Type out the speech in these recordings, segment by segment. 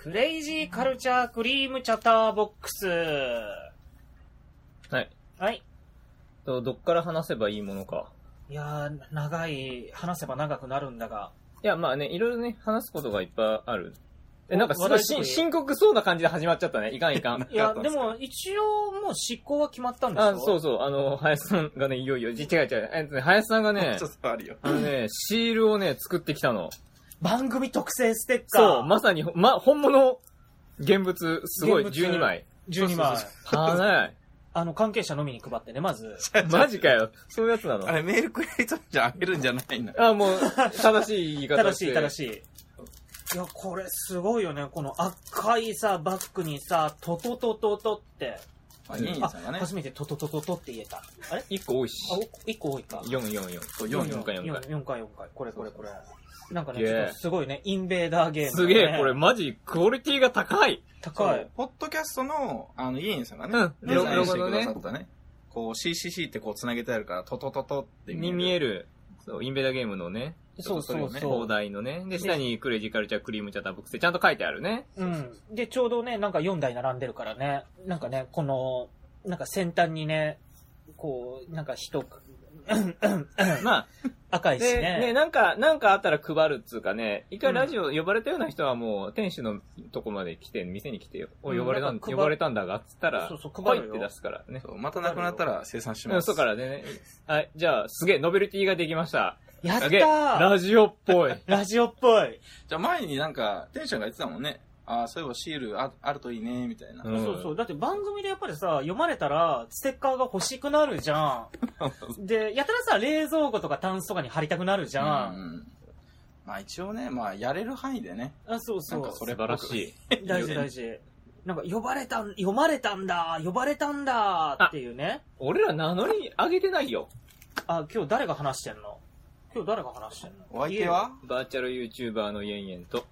クレイジーカルチャークリームチャターボックス。 はい。 はい。 どっから話せばいいものか。 いやー、話せば長くなるんだが。 いや、まあね、いろいろね、話すことがいっぱいある。なんかすごい深刻そうな感じで始まっちゃったね。いかん。いや、でも一応もう執行は決まったんですよ。 そうそう。林さんがね、いよいよ、違う。林さんがね、 ちょっとあるよ。 シールをね、作ってきたの。 番組特製ステッカー。 そう、まさに、本物、現物、すごい、12枚。 12枚。 はい。 関係者のみに配ってね、まず。 マジかよ。そういうやつなの？ あれ、メールクリエイトじゃあげるんじゃないんだ。 もう、正しい言い方して。 正しい。いや、これすごいよね。この赤いさ、バッグにさ、トトトトトって。 イエンさんがね。 初めてトトトトトって言えた。あれ ?1 個多いし。 1個多いか。 4回。 4回。これ。なんかね、ちょっとすごいね、インベーダーゲーム、ね。 すげえ、これマジ、クオリティが高い。 高い。 ポッドキャストの、イエンさんがね、 デザインしてくださったね。こう、CCC ってこう繋げてあるから、トトトトって見える。そう、インベーダーゲームのね。 そう。 放題のね。で、下にクレイジーカルチャークリームチャターボックスってちゃんと書いてあるね。 うん。で、ちょうどね、なんか4台並んでるからね。なんかね、この、なんか先端にね、こう、なんかまあ、赤いしね。 ね、なんかあったら配るっつうかね、一回ラジオ呼ばれたような人はもう、店主のとこまで来て、店に来てよ。呼ばれたんだが、つったら、配って出すからね。 そう、またなくなったら生産します。 そうからね。はい、じゃあ、すげえ、ノベルティができました。 やったー！ ラジオっぽい。 ラジオっぽい。 じゃあ前になんか、店主が言ってたもんね。そういえばシールあるといいね、みたいな。 そう。だって番組でやっぱりさ、読まれたら、ステッカーが欲しくなるじゃん。で、やたらさ、冷蔵庫とかタンスとかに貼りたくなるじゃん。 まあ一応ね、まあやれる範囲でね。 そう。 なんかそれ素晴らしい。 大事。なんか、読まれたんだっていうね。 俺ら名乗り上げてないよ。 今日誰が話してんの？ お相手はバーチャル YouTuber のイエンイエンと、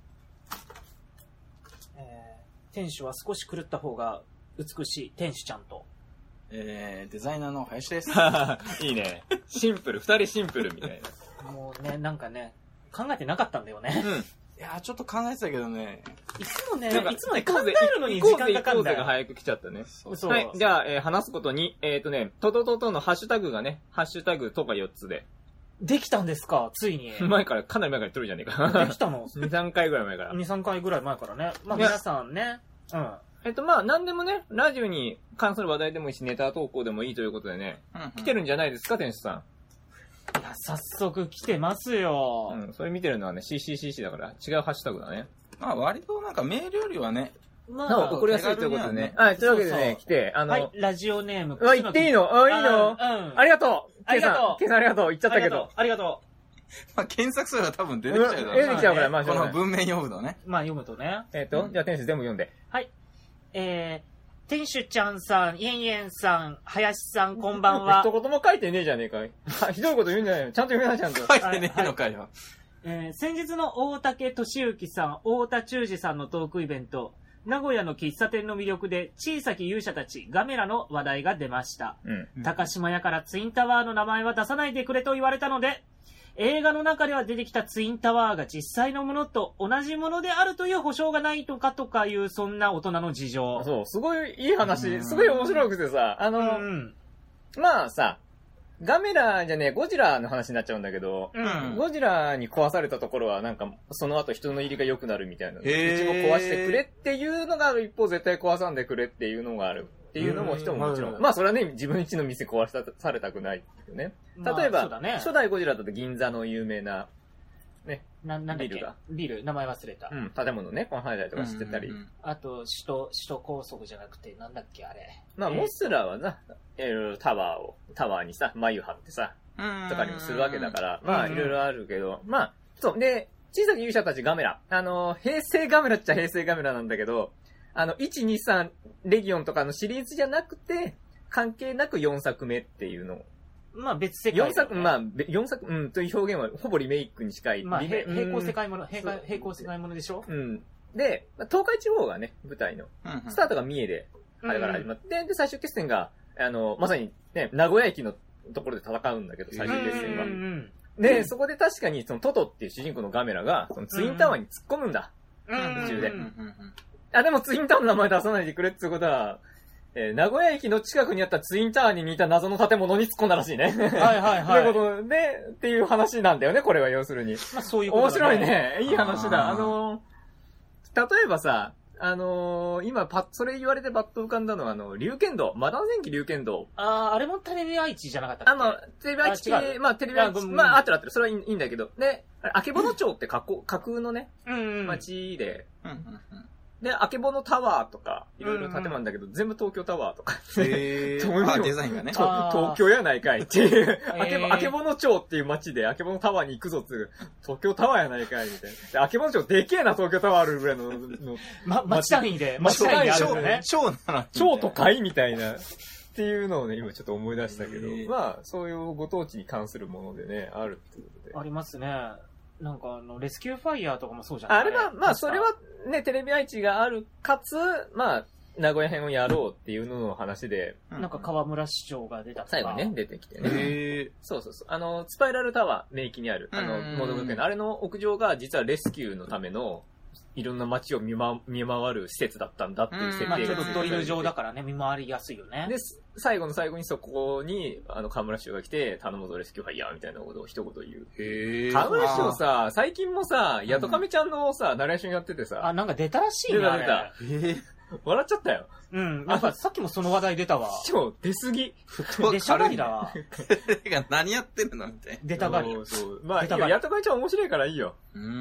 店主は少し狂った方が美しい店主ちゃんと、 デザイナーの林です。 いいね。シンプル、二人シンプルみたいな。もうね、なんかね、考えてなかったんだよね。 いやー、ちょっと考えてたけどね。 いつも考えるのに時間かかるんだよ。 が早く来ちゃったね。 そう。 はい、じゃあ、話すことに、トトトトのハッシュタグがね、ハッシュタグとか4つで。 できたんですか、ついに。 かなり前から言ってるじゃねえか。 できたの ?2、3回ぐらい前から。 2、3回ぐらい前からね。まあ皆さんね。 まあなんでもね、ラジオに関する話題でもいいし、ネタ投稿でもいいということでね、来てるんじゃないですか、店主さん。 いや、早速来てますよ。 それ見てるのはね、CCCC だから、違うハッシュタグだね。 まあ割となんかメールよりはね、 送りやすいということでね。はい、というわけでね、来て、 はい、ラジオネーム。 言っていいの？いいの？ありがとう！ケイさんありがとう！言っちゃったけど。 ありがとう。 まあ、検索すれば多分出てきちゃうから。 出てきちゃうから、まあ、 この文面読むとね。 まあ、読むとね。 じゃあ、店主全部読んで。 はい。店主ちゃんさん、イエンイエンさん、林さん、こんばんは。 一言も書いてねえじゃねえか。ひどいこと言うんじゃないの。ちゃんと読めない、ちゃんと。 書いてねえのかよ。 先日の大竹俊之さん、大田忠二さんのトークイベント、名古屋の喫茶店の魅力で小さき勇者たちガメラの話題が出ました。高島屋からツインタワーの名前は出さないでくれと言われたので、映画の中では出てきたツインタワーが実際のものと同じものであるという保証がないとかいうそんな大人の事情。 そう、すごいいい話、すごい面白くてさ、まあさ、ガメラじゃねえ、ゴジラの話になっちゃうんだけど、ゴジラに壊されたところはなんか、その後人の入りが良くなるみたいな。うちも壊してくれっていうのがある一方、絶対壊さんでくれっていうのがある。っていうのも人ももちろん。まあそれはね、自分家の店壊されたくないよね。例えば、初代ゴジラだと銀座の有名な、ね、ビルが。 ビル、名前忘れた。 建物ね、この入ったりとかしてたり。 あと、首都高速じゃなくて、なんだっけ、あれ。 まあ、モスラはな、タワーにさ、眉張ってさ、とかにもするわけだから、まあ、いろいろあるけど、まあ、そう。で、小さき勇者たちガメラ。平成ガメラっちゃ平成ガメラなんだけど、1、2、3、レギオンとかのシリーズじゃなくて、関係なく4作目っていうのを。 まあ別世界、 ね。4作、という表現はほぼリメイクに近い。 まあ、平行世界ものでしょ？ で、東海地方がね、舞台の、スタートが三重で、あれから始まって、で、最終決戦が、まさにね、名古屋駅のところで戦うんだけど、最終決戦は。で、そこで確かに、そのトトっていう主人公のガメラが、そのツインタワーに突っ込むんだ。 途中で。あ、でもツインタワーの名前出さないでくれってことは、名古屋駅の近くにあったツインタワーに似た謎の建物に突っ込んだらしいね。 はいはいはい。 ということで、っていう話なんだよね、これは要するに。 まあそういうことだね。 面白いね。いい話だ。例えばさ、今それ言われてバッと浮かんだのは、龍剣道。マダン戦記龍剣道。 あれもテレビ愛知じゃなかったっけ？ テレビ愛知系、まあテレビ愛知、まあ合ってる。それはいいんだけど。で、あけぼの町って架空のね、町で、で、あけぼのタワーとか、いろいろ建物だけど、全部東京タワーとか。 デザインがね。 東京やないかいっていう。あけぼの町っていう町で、あけぼのタワーに行くぞっていう、東京タワーやないかいみたいな。あけぼの町でけえな東京タワーあるぐらいの、 町単位で、町単位であるよね。 町都会みたいな。っていうのをね、今ちょっと思い出したけど、まあ、そういうご当地に関するものでね、あるってことで。 ありますね。なんかレスキューファイヤーとかもそうじゃない？ あれは、まあ、それはね、テレビ愛知がある、かつ、まあ、名古屋編をやろうっていうのの話で。 なんか河村市長が出たとか。 最後ね、出てきてね。そう。スパイラルタワー、名域にある、モド学園の、あれの屋上が実はレスキューのための、いろんな街を見回る施設だったんだっていう設定が。 まあちょっとドリル場だからね、見回りやすいよね。 で、最後の最後にそこに、河村市長が来て、頼むぞレスキューファイヤーみたいなことを一言言う。河村市長さ、最近もさ、ヤトカメちゃんのさ、ナレーションやっててさ。 なんか出たらしいね。 出た。笑っちゃったよ。 なんかさっきもその話題出たわ。 市長、出すぎ。 出しゃがりだわ。 何やってるのみたいな。 出たがり。 そう。まあ、ヤトカメちゃん面白いからいいよ。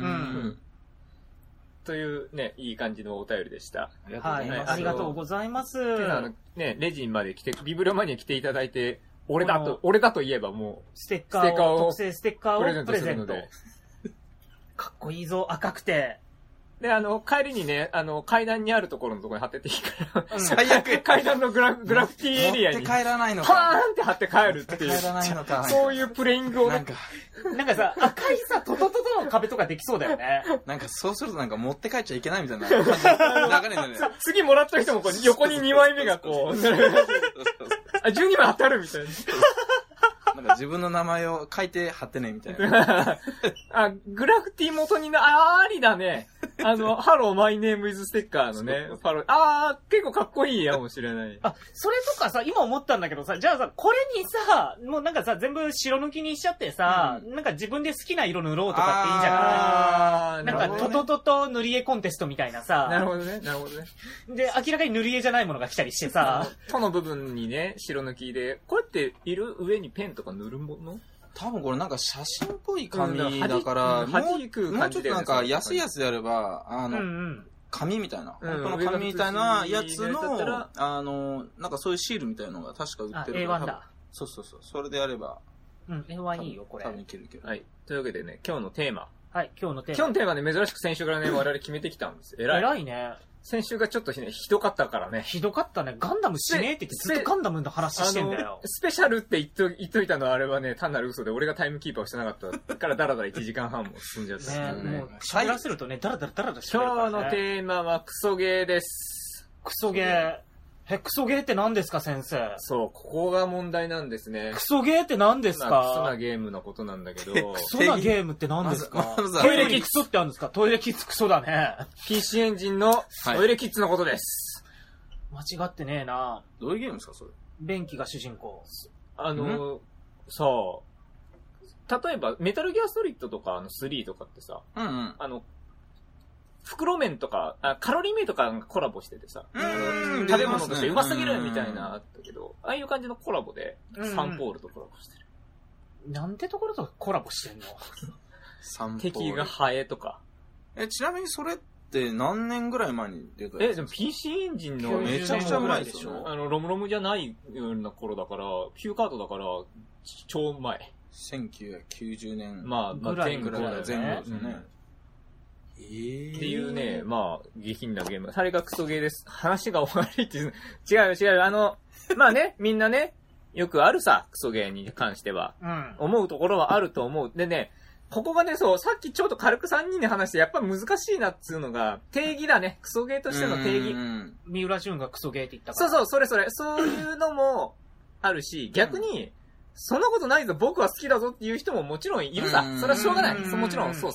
というね、いい感じのお便りでした。 はい、ありがとうございます。 ね、レジンまで来て、ビブロマに来ていただいて、俺だと言えばもう、 ステッカーを、特製ステッカーをプレゼント。かっこいいぞ、赤くて。 で、帰りにね、階段にあるところのところに貼ってっていいから、 最悪。 階段のグラフィティエリアに。 持って帰らないのか。 パーンって貼って帰るっていう。 帰らないのか。 そういうプレイングをなんかさ、赤いさ、トトトトの壁とかできそうだよね。 なんかそうするとなんか持って帰っちゃいけないみたいな感じ。流れになる。 次もらった人もこう横に2枚目がこう、12枚貼ってあるみたいな。 なんか自分の名前を書いて貼ってねみたいな。 グラフィティ元にありだね。ハローマイネームイズステッカーのね、結構かっこいいやもしれない。 それとかさ、今思ったんだけどさ、じゃあさ、これにさ、もうなんかさ、全部白抜きにしちゃってさ、なんか自分で好きな色塗ろうとかっていいんじゃない？なんかトトトト塗り絵コンテストみたいなさ。 なるほどね。 で、明らかに塗り絵じゃないものが来たりしてさ。 との部分にね、白抜きで、こうやって上にペンとか塗るもの？ 多分これなんか写真っぽい紙だから、もうちょっとなんか安いやつであれば、紙みたいな、本当の紙みたいなやつの、なんかそういうシールみたいなのが確か売ってるから。 A1 だ。 そう。それでやれば。 A1 いいよ、これ。 多分いけるけど。 はい。というわけでね、今日のテーマ。 はい、今日のテーマね、珍しく先週からね、我々決めてきたんです。 偉いね。 先週がちょっとね、ひどかったからね。 ひどかったね。ガンダムしねえって言ってずっとガンダムの話してんだよ。 スペシャルって言っといたのはあれはね、単なる嘘で、俺がタイムキーパーをしてなかったから、だらだら1時間半も進んじゃった。 ね、もう、喋らせるとね、だらだらしてるからね。 今日のテーマはクソゲーです。 クソゲー。クソゲーって何ですか、先生。 そう、ここが問題なんですね。 クソゲーって何ですか？ クソなゲームのことなんだけど。 クソなゲームって何ですか？ トイレキッズクソってあるんですか？トイレキッズクソだね。 PC エンジンのトイレキッズのことです。 間違ってねえな。 どういうゲームですか、それ。 便器が主人公。 さあ、例えば、メタルギアソリッドとか3とかってさ、袋麺とか、カロリーメイとかがコラボしててさ、食べ物としてうますぎるみたいなあったけど、ああいう感じのコラボで、サンポールとコラボしてる。 なんてところとコラボしてんの？ サンポール。 敵がハエとか。 ちなみにそれって何年ぐらい前に出た？ でも PC エンジンのめちゃくちゃ前でしょ？ ロムロムじゃないような頃だから、ピューカードだから、超前。 1990年。 まあ、前後ですよね。 っていうね、まあ、下品なゲーム。あれがクソゲーです。話が終わりっていう。違う。まあね、みんなね、よくあるさ、クソゲーに関しては。思うところはあると思う。でね、ここがね、そう、さっきちょっと軽く3人で話して、やっぱ難しいなっつうのが、定義だね。クソゲーとしての定義。 三浦淳がクソゲーって言ったから。 それ。そういうのもあるし、逆に、そんなことないぞ、僕は好きだぞっていう人ももちろんいるさ。それはしょうがない。もちろんそうさ。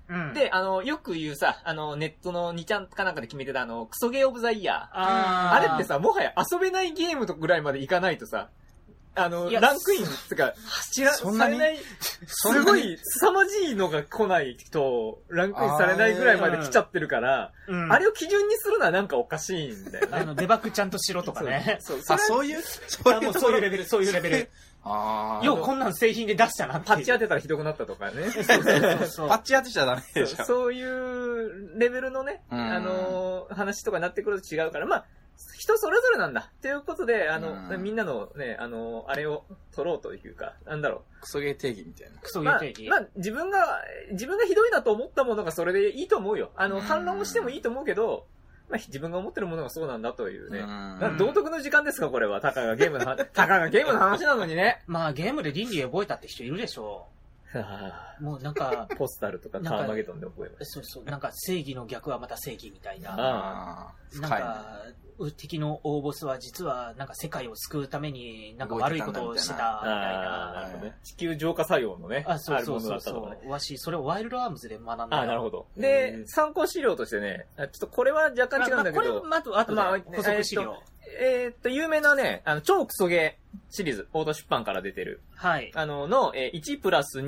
で、よく言うさ、ネットの2ちゃんかなんかで決めてたクソゲーオブザイヤー。あれってさ、もはや遊べないゲームとぐらいまでいかないとさ、ランクインとか、されない、すごい、凄まじいのが来ないと、ランクインされないぐらいまで来ちゃってるから、あれを基準にするのはなんかおかしいんだよね。 デバッグちゃんとしろとかね。 そういうレベル、そういうレベル。ようこんなん製品で出したなって。 パッチ当てたらひどくなったとかね。 パッチ当てちゃダメでしょ。 そういうレベルのね、話とかになってくると違うから、まあ、人それぞれなんだ。ということで、みんなのね、あれを取ろうというか、なんだろう。 クソゲー定義みたいな。 クソゲー定義。 まあ、自分がひどいなと思ったものがそれでいいと思うよ。反論をしてもいいと思うけど、まあ、自分が思ってるものがそうなんだというね。道徳の時間ですか、これは。たかがゲームの話なのにね。 まあ、ゲームで倫理覚えたって人いるでしょう。もうなんか、 ポスタルとかカーマゲドンで覚えました。 そう。なんか正義の逆はまた正義みたいな。 なんか、敵の大ボスは実はなんか世界を救うためになんか悪いことをしてたみたいな。 地球浄化作用のね。 そうわし、それをワイルドアームズで学んだ。 なるほど。で、参考資料としてね、ちょっとこれは若干違うんだけど。 これ、あと補足資料。 有名なね、超クソゲーシリーズ、大田出版から出てる。 はい。 の、1プラス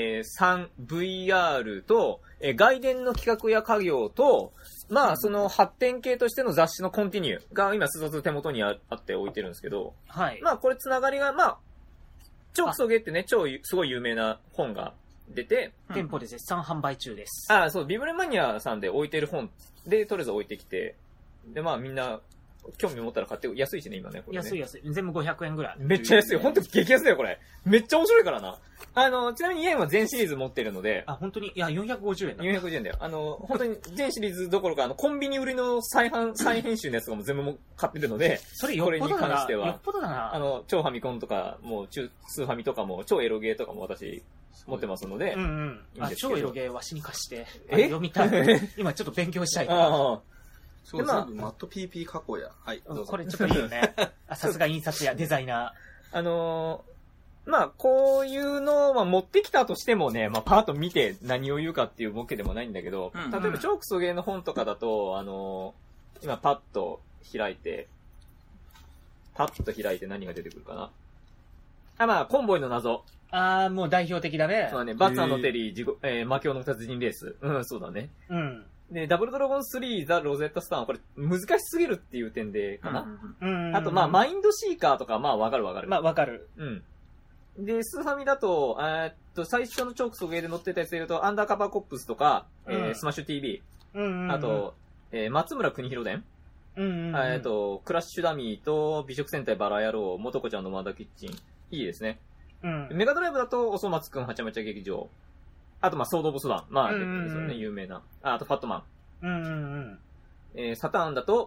2、3、VR と、外伝の企画や家業と、まあ、その発展系としての雑誌のコンティニューが今、数冊手元にあって置いてるんですけど、 はい。 まあ、これつながりが、まあ、超クソゲーってね、すごい有名な本が出て、 店舗で絶賛販売中です。 そう、ビブレマニアさんで置いてる本で、とりあえず置いてきて、で、まあ、みんな、興味持ったら買って、安いしね、今ね、これね。 安い。全部500円ぐらい。 めっちゃ安い。ほんと激安だよ、これ。めっちゃ面白いからな。ちなみにイエンは全シリーズ持ってるので。 本当にいや、450円だ。 450円だよ。本当に全シリーズどころか、コンビニ売りの再編集のやつとかも全部買ってるので、 それよっぽどだな。よっぽどだな。 超ファミコンとか、もうスーファミとかも、超エロゲーとかも私、持ってますので。 超エロゲーわしに貸して。読みたい。今ちょっと勉強したいから。 そう、全部マット PP 加工や。はい、どうぞ。 これちょっといいよね。さすが印刷やデザイナー。まあ、こういうのを持ってきたとしてもね、まあ、パーッと見て何を言うかっていうわけでもないんだけど、例えば超クソゲーの本とかだと、今パッと開いて何が出てくるかな。まあ、コンボイの謎。 もう代表的だね。 そうだね。バツのテリー、魔境の達人レース。そうだね。で、ダブルドラゴン3、ザ・ロゼッタ・スターンはこれ難しすぎるっていう点でかな。あと、まあ、マインドシーカーとか、まあ、わかる。 まあ、わかる。 で、スーファミだと、最初の超クソゲーで載ってたやつで言うと、アンダーカバーコップスとか、スマッシュ TV。あと、松村邦弘伝。クラッシュダミーと、美食戦隊バラ野郎、もとこちゃんのマダキッチン。いいですね。メガドライブだと、おそ松くんはちゃめちゃ劇場。あと、まあ、ソード・オブ・ソダン。まあ、ですよね、有名な。あと、ファットマン。サターンだと、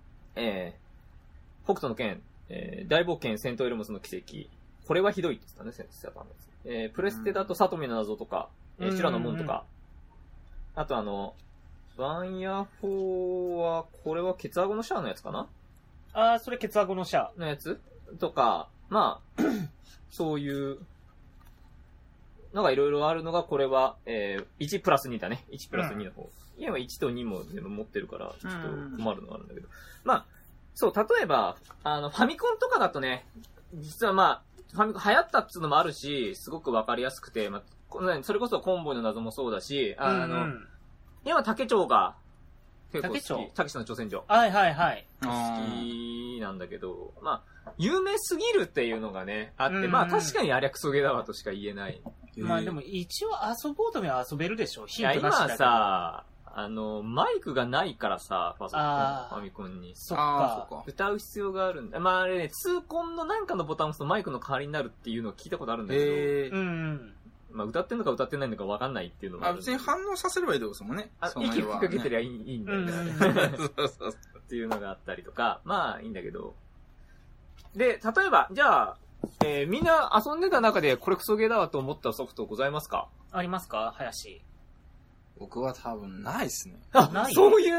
北斗の剣、大冒険、セントエルモスの奇跡。これはひどいって言ったね、サターンのやつ。プレステだと、サトミの謎とか、修羅の門とか。あと、ワンヤフォーは、これはケツアゴのシャアのやつかな？ それケツアゴのシャア。 のやつとか、まあ、そういう、のがいろいろあるのが、これは、1プラス2だね。1プラス2の方。今は1と2も全部持ってるから、ちょっと困るのがあるんだけど。まあ、そう、例えば、ファミコンとかだとね、実はまあ、ファミコン流行ったっつうのもあるし、すごくわかりやすくて、まあ、それこそコンボイの謎もそうだし、今、竹町が、結構好き。竹町の挑戦状。 はい。 好きなんだけど、まあ、有名すぎるっていうのがね、あって、まあ確かにありゃクソゲーだわとしか言えない。 まあでも一応遊ぼうとめは遊べるでしょ。 ヒントなしだけど。今さ、マイクがないからさ、パソコン、ファミコンに。 そっか。 歌う必要があるんだ。まああれね、痛恨のなんかのボタンを押すとマイクの代わりになるっていうのを聞いたことあるんだけど。まあ歌ってんのか歌ってないのか分かんないっていうのもある。 別に反応させればいいってことですもんね。 息吹きかけてりゃいいんだよね。そうっていうのがあったりとか、まあいいんだけど。で、例えば、じゃあ、みんな遊んでた中でこれクソゲーだわと思ったソフトございますか？ ありますか？林。 僕は多分ないっすね。 ないそういう、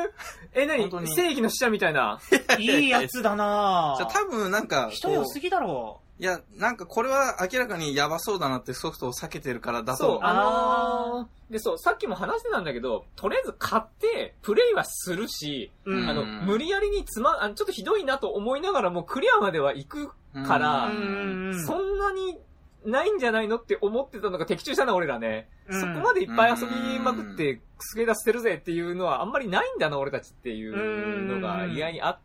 何正義の使者みたいな。 いいやつだなぁ。多分なんか、 人良すぎだろう。いや、なんかこれは明らかにやばそうだなってソフトを避けてるからだと。 そう、で、そう、さっきも話してたんだけど、とりあえず買って、プレイはするし、無理やりにちょっとひどいなと思いながらもクリアまでは行くから、そんなにないんじゃないのって思ってたのが的中したな、俺らね。そこまでいっぱい遊びまくって、すげえ出してるぜっていうのはあんまりないんだな、俺たちっていうのが意外にあって、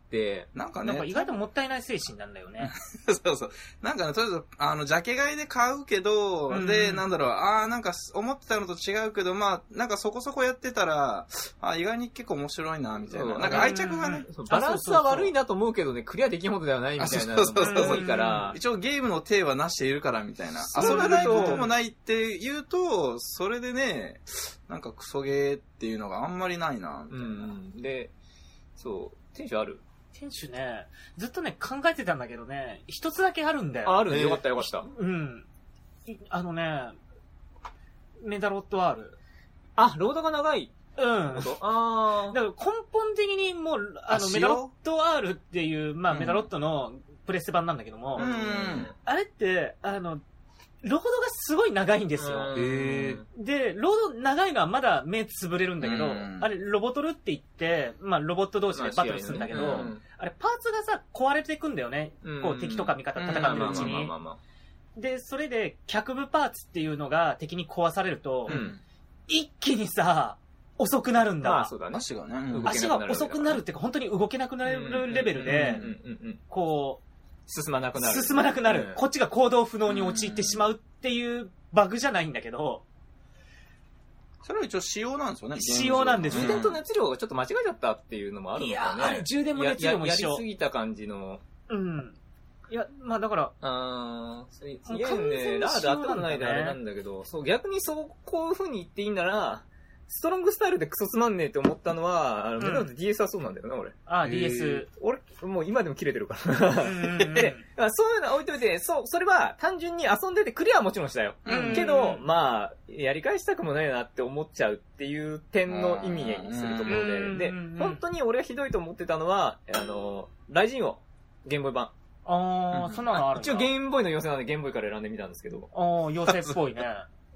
なんかね。 なんか意外ともったいない精神なんだよね。 そうそう。なんかね、とりあえず、ジャケ買いで買うけど、で、なんだろう、なんか思ってたのと違うけど、まあ、なんかそこそこやってたら、意外に結構面白いな、みたいな。なんか愛着がね。 バランスは悪いなと思うけどね、クリアできんほどではないみたいなのが多いから。 一応ゲームの体はなしているからみたいな。遊べないこともないって言うと、それでね、なんかクソゲーっていうのがあんまりないな、みたいな。 で、そう、店主ある？ 店主ね、ずっとね、考えてたんだけどね、一つだけあるんだよ。 あるね。よかったよかった。 メダロット R。 ロードが長い。 だから根本的にもう、メダロット R っていう、まあ、メダロットのプレステ版なんだけども、あれって、ロードがすごい長いんですよ。で、ロード長いのはまだ目つぶれるんだけど、あれロボトルって言って、まあロボット同士でバトルするんだけど、あれパーツがさ、壊れていくんだよね。こう敵とか味方戦ってるうちに。で、それで脚部パーツっていうのが敵に壊されると、一気にさ、遅くなるんだ。 そうだね。 足がね。 足が遅くなるっていうか、本当に動けなくなるレベルで、こう、 進まなくなる。 こっちが行動不能に陥ってしまうっていうバグじゃないんだけど。 それは一応仕様なんですよね。 仕様なんですよ。 充電と熱量がちょっと間違えちゃったっていうのもあるのかね。 いや、あれ充電も熱量も一緒。 やりすぎた感じの。 いや、まあだから。 いやね、ラード頭ないであれなんだけど、そう、逆にこういう風に言っていいんなら、ストロングスタイルでクソつまんねえって思ったのは、メダルと DS はそうなんだよな、俺。 DS。 俺、もう今でも切れてるから。で、そういうの置いといて、それは単純に遊んでてクリアはもちろんしたよ。けど、まあ、やり返したくもないなって思っちゃうっていう点の意味にするところで、で、本当に俺がひどいと思ってたのは、ライジンをゲームボーイ版。 そんなのあるんだ。 一応ゲームボーイの要請なんでゲームボーイから選んでみたんですけど。 要請っぽいね。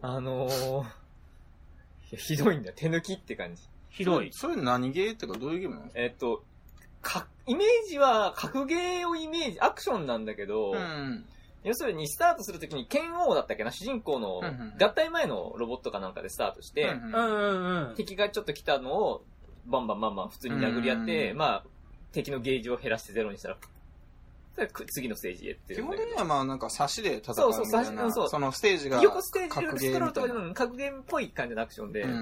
ひどいんだよ。手抜きって感じ。 ひどい。 それ何ゲーってかどういうゲームなの？ イメージは格ゲーをアクションなんだけど、要するにスタートするときに剣王だったっけな、主人公の合体前のロボットかなんかでスタートして、敵がちょっと来たのをバンバン普通に殴り合って、まあ、敵のゲージを減らしてゼロにしたら、次のステージへっていう。 基本的にはまあなんか差しで戦うみたいな。そのステージが横ステージ格ゲーみたいな。格ゲーっぽい感じのアクションで。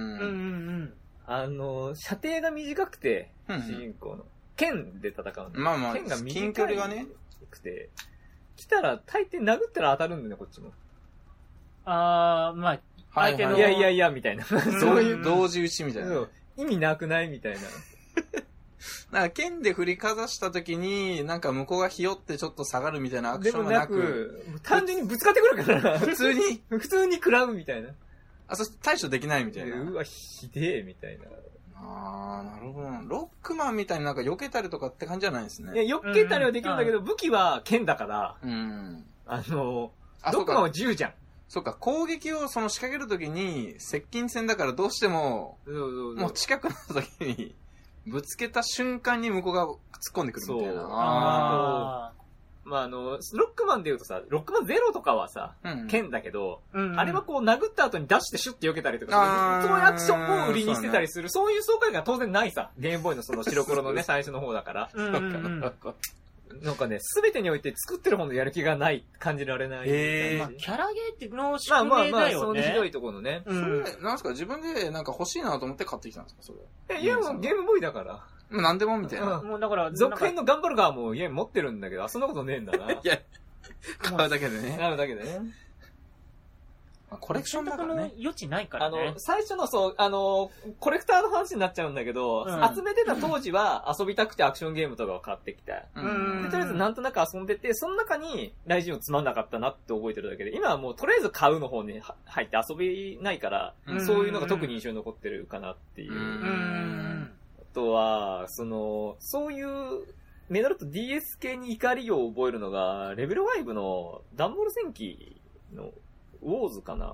射程が短くて、主人公の。剣で戦うの。 まあまあ、 剣が近距離がね。 て、来たら大抵殴ったら当たるんだよね、こっちも。 まあ、相手の。 いや、みたいな。 そういう。同時打ちみたいな。 意味なくないみたいな。 なんか剣で振りかざした時に、なんか向こうがひよってちょっと下がるみたいなアクションがなく、 単純にぶつかってくるから、普通に食らうみたいな。 そして対処できないみたいな。 うわ、ひでえ、みたいな。 なるほど。ロックマンみたいになんか避けたりとかって感じじゃないですね。 いや、避けたりはできるんだけど、武器は剣だから、ロックマンは銃じゃん。 そうか、攻撃を仕掛けるときに、接近戦だからどうしても、もう近くなったときに、ぶつけた瞬間に向こうが突っ込んでくるみたいな。まあロックマンで言うとさ、ロックマンゼロとかはさ、剣だけど、あれはこう殴った後にダッシュでシュッて避けたりとか、そういうアクションを売りにしてたりする、そういう爽快感が当然ないさ。ゲームボーイのその白黒のね、最初の方だから。なんかね、すべてにおいて作ってる方のやる気がない、感じられない。 キャラゲーっての仕組みだよね。まあ、 そのひどいところのね。 それ、なんすか、自分でなんか欲しいなと思って買ってきたんですか、それ。 いや、もうゲームボーイだから。 なんでもみたいな。 もうだから、 続編のガンバルガーも家持ってるんだけど、そんなことねえんだな。いや、 買うだけでね。 買うだけでね。 コレクションだからね。 余地ないからね。 最初のコレクターの話になっちゃうんだけど、集めてた当時は遊びたくてアクションゲームとかを買ってきた。で、とりあえずなんとなく遊んでて、その中にライジンをつまんなかったなって覚えてるだけで、今はもうとりあえず買うの方に入って遊びないから、そういうのが特に印象に残ってるかなっていう。 トは、そういう、メダロット DS 系に怒りを覚えるのが、レベル5のダンボール戦記のウォーズかな。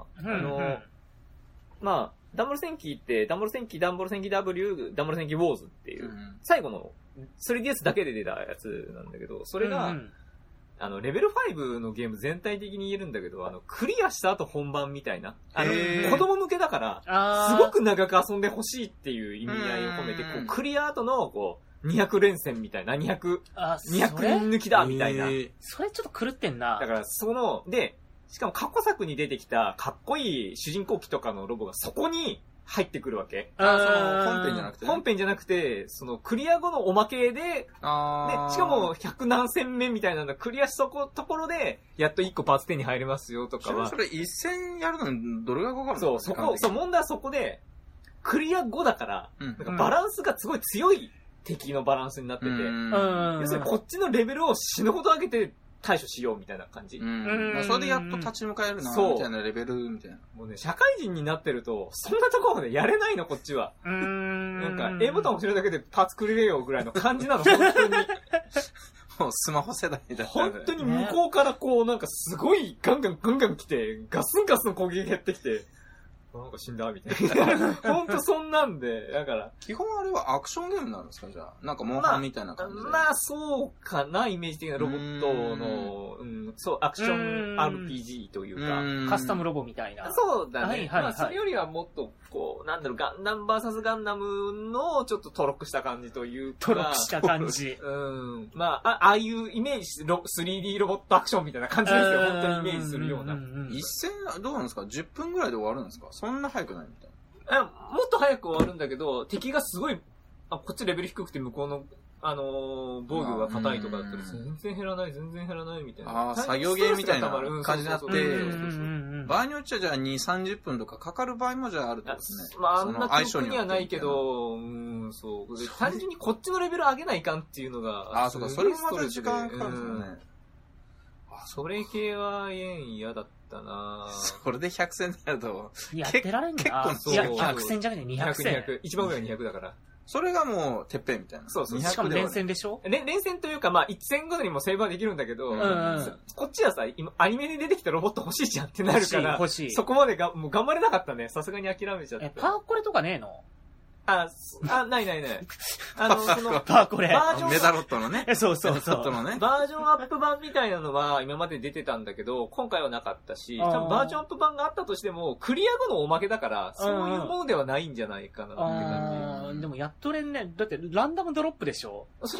まあ、ダンボール戦記って、ダンボール戦記 W、ダンボール戦記ウォーズっていう、最後の 3DS だけで出たやつなんだけど、それが、レベル5のゲーム全体的に言えるんだけど、クリアした後本番みたいな。子供向けだから、すごく長く遊んでほしいっていう意味合いを込めて、こう、クリア後の、こう、200連戦みたいな、200人抜きだみたいな。 それちょっと狂ってんな。 だから、で、しかも過去作に出てきたかっこいい主人公機とかのロボがそこに入ってくるわけ。 本編じゃなくて、 本編じゃなくて、クリア後のおまけで、しかも100何戦目みたいなのクリアしたところで、やっと1個パーツ10に入れますよとかは。 それ一戦やるのにどれがかかるの？そう、問題はそこで、クリア後だから、なんかバランスがすごい強い敵のバランスになってて、要するにこっちのレベルを死ぬほど上げて、対処しようみたいな感じ。 それでやっと立ち向かえるな、みたいなレベルみたいな。 もうね、社会人になってると、そんなところまでやれないの、こっちは。なんか、A ボタンを押せるだけでパーツくれよぐらいの感じなの、本当に。 もうスマホ世代だった。 本当に向こうからこう、なんかすごいガンガン来て、ガスンガスン攻撃減ってきて、なんか死んだみたいな。ほんとそんなんで、だから。 基本あれはアクションゲームなんですかじゃあ。なんかモンハンみたいな感じで。 まあ、そうかな、イメージ的なロボットの、そう、アクション RPG というか。 カスタムロボみたいな。 そうだね。まあ、それよりはもっと、こう、なんだろう、ガンダム VS ガンダムの、ちょっとトロックした感じというか。 トロックした感じ。 まあ、ああいうイメージ、3D ロボットアクションみたいな感じですよ。本当にイメージするような。 一戦、どうなんですか ?10 分ぐらいで終わるんですかそんな早くないみたいな。もっと早く終わるんだけど、敵がすごい、こっちレベル低くて向こうの、防御が硬いとかだったら全然減らないみたいな。 作業ゲーみたいな感じになって、場合によっちゃじゃあ2、30分とかかかる場合もじゃああるってことですね。 まあ、あんな記憶にはないけど、そう。単純にこっちのレベル上げないかんっていうのが、 そうか、それもまた時間かかるんですよね。 それ系は嫌だったなそれで100戦になると。 やってられんな。結構、いや、100戦じゃなくて200戦。 200。一番上が200だから。 それがもう、てっぺんみたいな。 そう。 しかも連戦でしょ？ 連戦というか、まあ、1戦ごとにもセーブはできるんだけど、こっちはさ、今、アニメに出てきたロボット欲しいじゃんってなるから、そこまでもう頑張れなかったね。さすがに諦めちゃった。 パーコレとかねえの？ ない。 パーコレ。 メダロットのね。 そう。 バージョンアップ版みたいなのは今まで出てたんだけど、今回はなかったし、多分バージョンアップ版があったとしても、クリア後のおまけだから、そういうものではないんじゃないかなって感じ。でもやっとれんね。だってランダムドロップでしょ？ そう。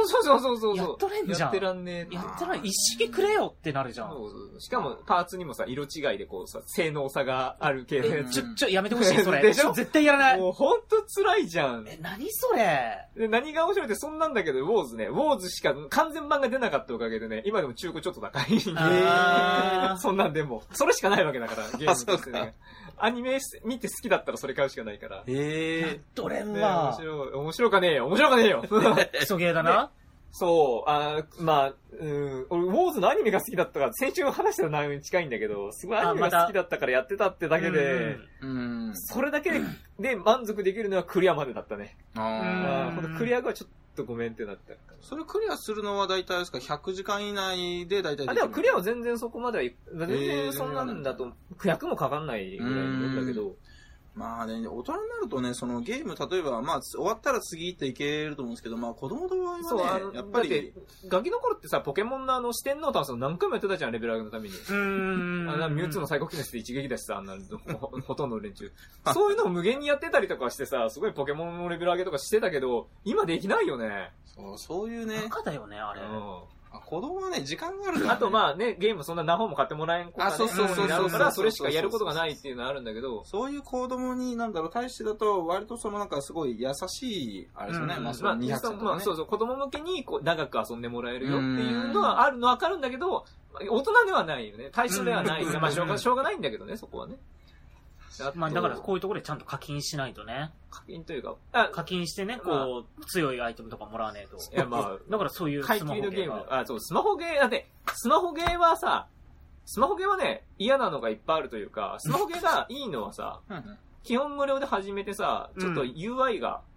やっとれんじゃん。 やってらんねえ。 やってらん、一式くれよってなるじゃん。 しかもパーツにもさ、色違いでこうさ、性能差がある系のやつ。やめてほしい、それ。でしょ？絶対やらない。 もうほんと辛いじゃん。 何それ。 で、何が面白いってそんなんだけど、ウォーズしか完全版が出なかったおかげでね、今でも中古ちょっと高い。そんなんでも。それしかないわけだから、ゲームとしてね。アニメ見て好きだったらそれ買うしかないから。 どれは。 面白かねえよ。 クソゲーだな。 そう、俺、ウォーズのアニメが好きだったから、先週話した内容に近いんだけど、すごいアニメが好きだったからやってたってだけで、それだけで満足できるのはクリアまでだったね。クリア後はちょっとごめんってなった。 それクリアするのは大体ですか100時間以内で大体できる？ でもクリアは全然そこまでは、全然そんなんだと、100もかかんないぐらいなんだけど、 まあね、大人になるとね、そのゲーム、例えば、まあ、終わったら次っていけると思うんですけど、まあ、子供の場合はね、やっぱり。 ガキの頃ってさ、ポケモンの四天王倒すの何回もやってたじゃん、レベル上げのために。ミュウツーの最高記念して一撃だしさ、ほとんどの連中。そういうのを無限にやってたりとかしてさ、すごいポケモンのレベル上げとかしてたけど、今できないよね。 そういうね。 バカだよね、あれ。 子供はね、時間があるから、ね。 あとまあね、ゲームそんな何本も買ってもらえん子がね、そうからそれしかやることがないっていうのはあるんだけど、 そういう子供に対してだと、割となんかすごい優しい、あれですよね、まあその200歳とかね。 そう、子供向けに長く遊んでもらえるよっていうのはあるのはわかるんだけど、大人ではないよね。対象ではない。まあしょうがないんだけどね、そこはね。 まあだからこういうところでちゃんと課金しないとね。 課金というか、 課金してね、こう、強いアイテムとかもらわねえと。 いやまあ、 だからそういうスマホゲー。そう、スマホゲー、だって、スマホゲーはさ、スマホゲーはね、嫌なのがいっぱいあるというか、スマホゲーがいいのはさ、基本無料で始めてさ、ちょっと UI が、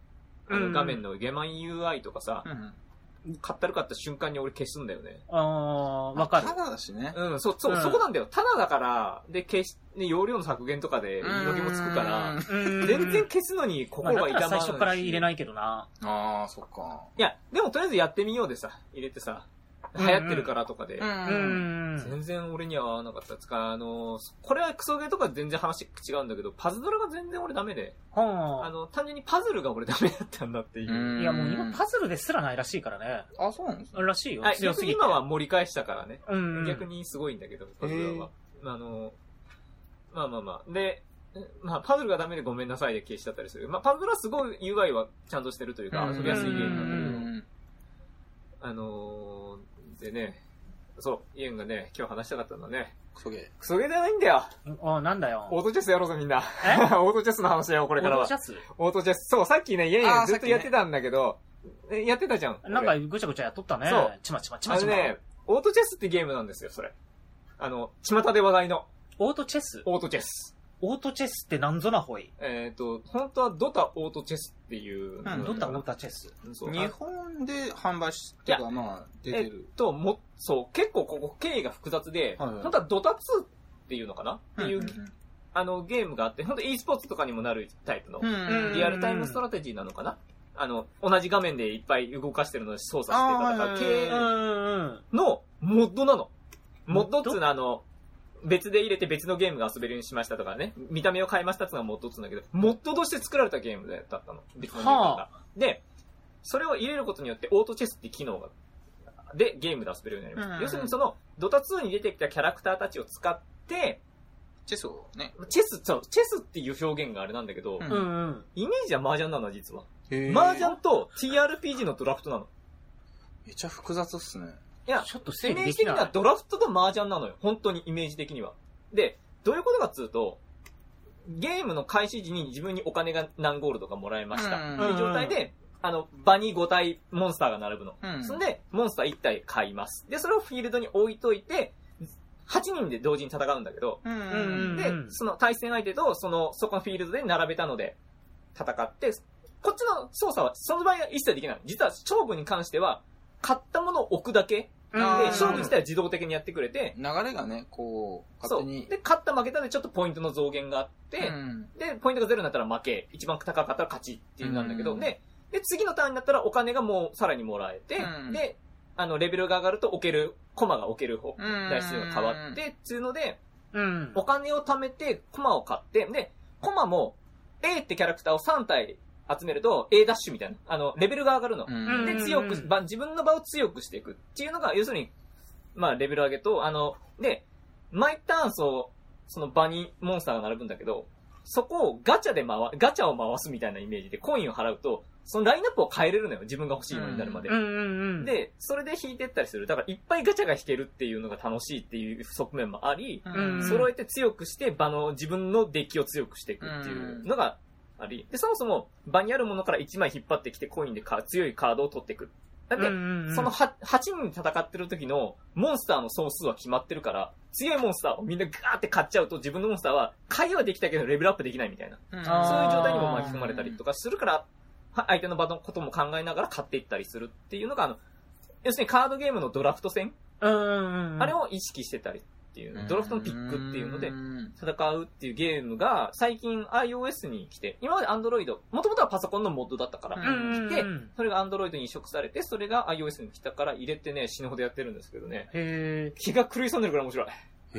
画面のゲマン UI とかさ、買った瞬間に俺消すんだよね。 わかる。 ただだしね。 そこなんだよ。ただだから、で、容量の削減とかで言い訳もつくから、全然消すのに心が痛まない。 最初から入れないけどな。 そっか。 いや、でもとりあえずやってみようでさ、入れてさ、流行ってるからとかで、全然俺には合わなかったですから、これはクソゲーとか全然話違うんだけど、パズドラが全然俺ダメで、単純にパズルが俺ダメだったんだっていう。 いやもう今パズルですらないらしいからね。 そうなんですか？ らしいよ。 強すぎて。今は盛り返したからね。逆にすごいんだけど、パズルは。で、パズルがダメでごめんなさいで消しちゃったりする。パズルはすごい UI はちゃんとしてるというか、遊びやすいゲームなんだけど、でね、イエンがね、今日話したかったんだね。 クソゲーじゃないんだよ。 なんだよ。 オートチェスやろうぜみんな。オートチェスの話だよ、これからは。オートチェスそう、さっきね、イエンずっとやってたんだけど、やってたじゃん。 なんかぐちゃぐちゃやっとったね。 そう。 ちまちま。 オートチェスってゲームなんですよ、それ。巷で話題の。 オートチェスってなんぞなほい。 本当はドタオートチェスっていう。 ドタオートチェス。 日本で販売してか、出てる。 結構ここ経緯が複雑で、本当はドタ2っていうのかなっていう、ゲームがあって、本当 e スポーツとかにもなるタイプの、リアルタイムストラテジーなのかな同じ画面でいっぱい動かしてるので操作して戦う系のモッドなの。モッドっていうのは別で入れて別のゲームが遊べるようにしましたとかね、見た目を変えましたっていうのがモッドって言うんだけど、モッドとして作られたゲームだったの。別のゲームが。で、それを入れることによってオートチェスって機能が、でゲームで遊べるようになります。要するにドタ2に出てきたキャラクターたちを使って、 チェスをね。 チェスっていう表現があれなんだけど、イメージは麻雀なの、実は。麻雀と TRPG のドラフトなの。 めっちゃ複雑っすね。 いや、ちょっとイメージ的にはドラフトと麻雀なのよ。本当にイメージ的には。で、どういうことかっつうと、ゲームの開始時に自分にお金が何ゴールドかもらえました。っていう状態で、場に5体モンスターが並ぶの。そんで、モンスター1体買います。で、それをフィールドに置いといて、8人で同時に戦うんだけど、で、その対戦相手とそこのフィールドで並べたので戦って、こっちの操作はその場合は一切できない。実は勝負に関しては、買ったものを置くだけ。で、勝負自体は自動的にやってくれて、 流れがね、勝手に。 で、勝った負けたでちょっとポイントの増減があって、で、ポイントが0になったら負け、一番高かったら勝ちっていうなんだけど、で、次のターンになったらお金がもうさらにもらえて、で、レベルが上がるとコマが置ける方、台数が変わって、っていうので、お金を貯めて、コマを買って、で、コマも A ってキャラクターを3体集めると A ダッシュみたいな、レベルが上がるの。で、自分の場を強くしていくっていうのが、要するに、レベル上げと、で、毎ターンその場にモンスターが並ぶんだけど、そこをガチャを回すみたいなイメージでコインを払うと、そのラインナップを変えれるのよ。自分が欲しいのになるまで。で、それで引いてったりする。だからいっぱいガチャが引けるっていうのが楽しいっていう側面もあり、揃えて強くして自分のデッキを強くしていくっていうのがあり。で、そもそも場にあるものから1枚引っ張ってきてコインで強いカードを取っていく。だって、その8人戦ってる時のモンスターの総数は決まってるから、強いモンスターをみんなガーって買っちゃうと自分のモンスターは回はできたけどレベルアップできないみたいな。そういう状態にも巻き込まれたりとかするから、相手の場のことも考えながら買っていったりするっていうのが、要するにカードゲームのドラフト戦あれを意識してたりっていう、ドラフトのピックっていうので戦うっていうゲームが最近 iOS に来て、今まで Android、もともとはパソコンのモッドだったから来て、それが Android に移植されて、それが iOS に来たから入れてね、死ぬほどやってるんですけどね。気が狂いそうになるくらい面白い。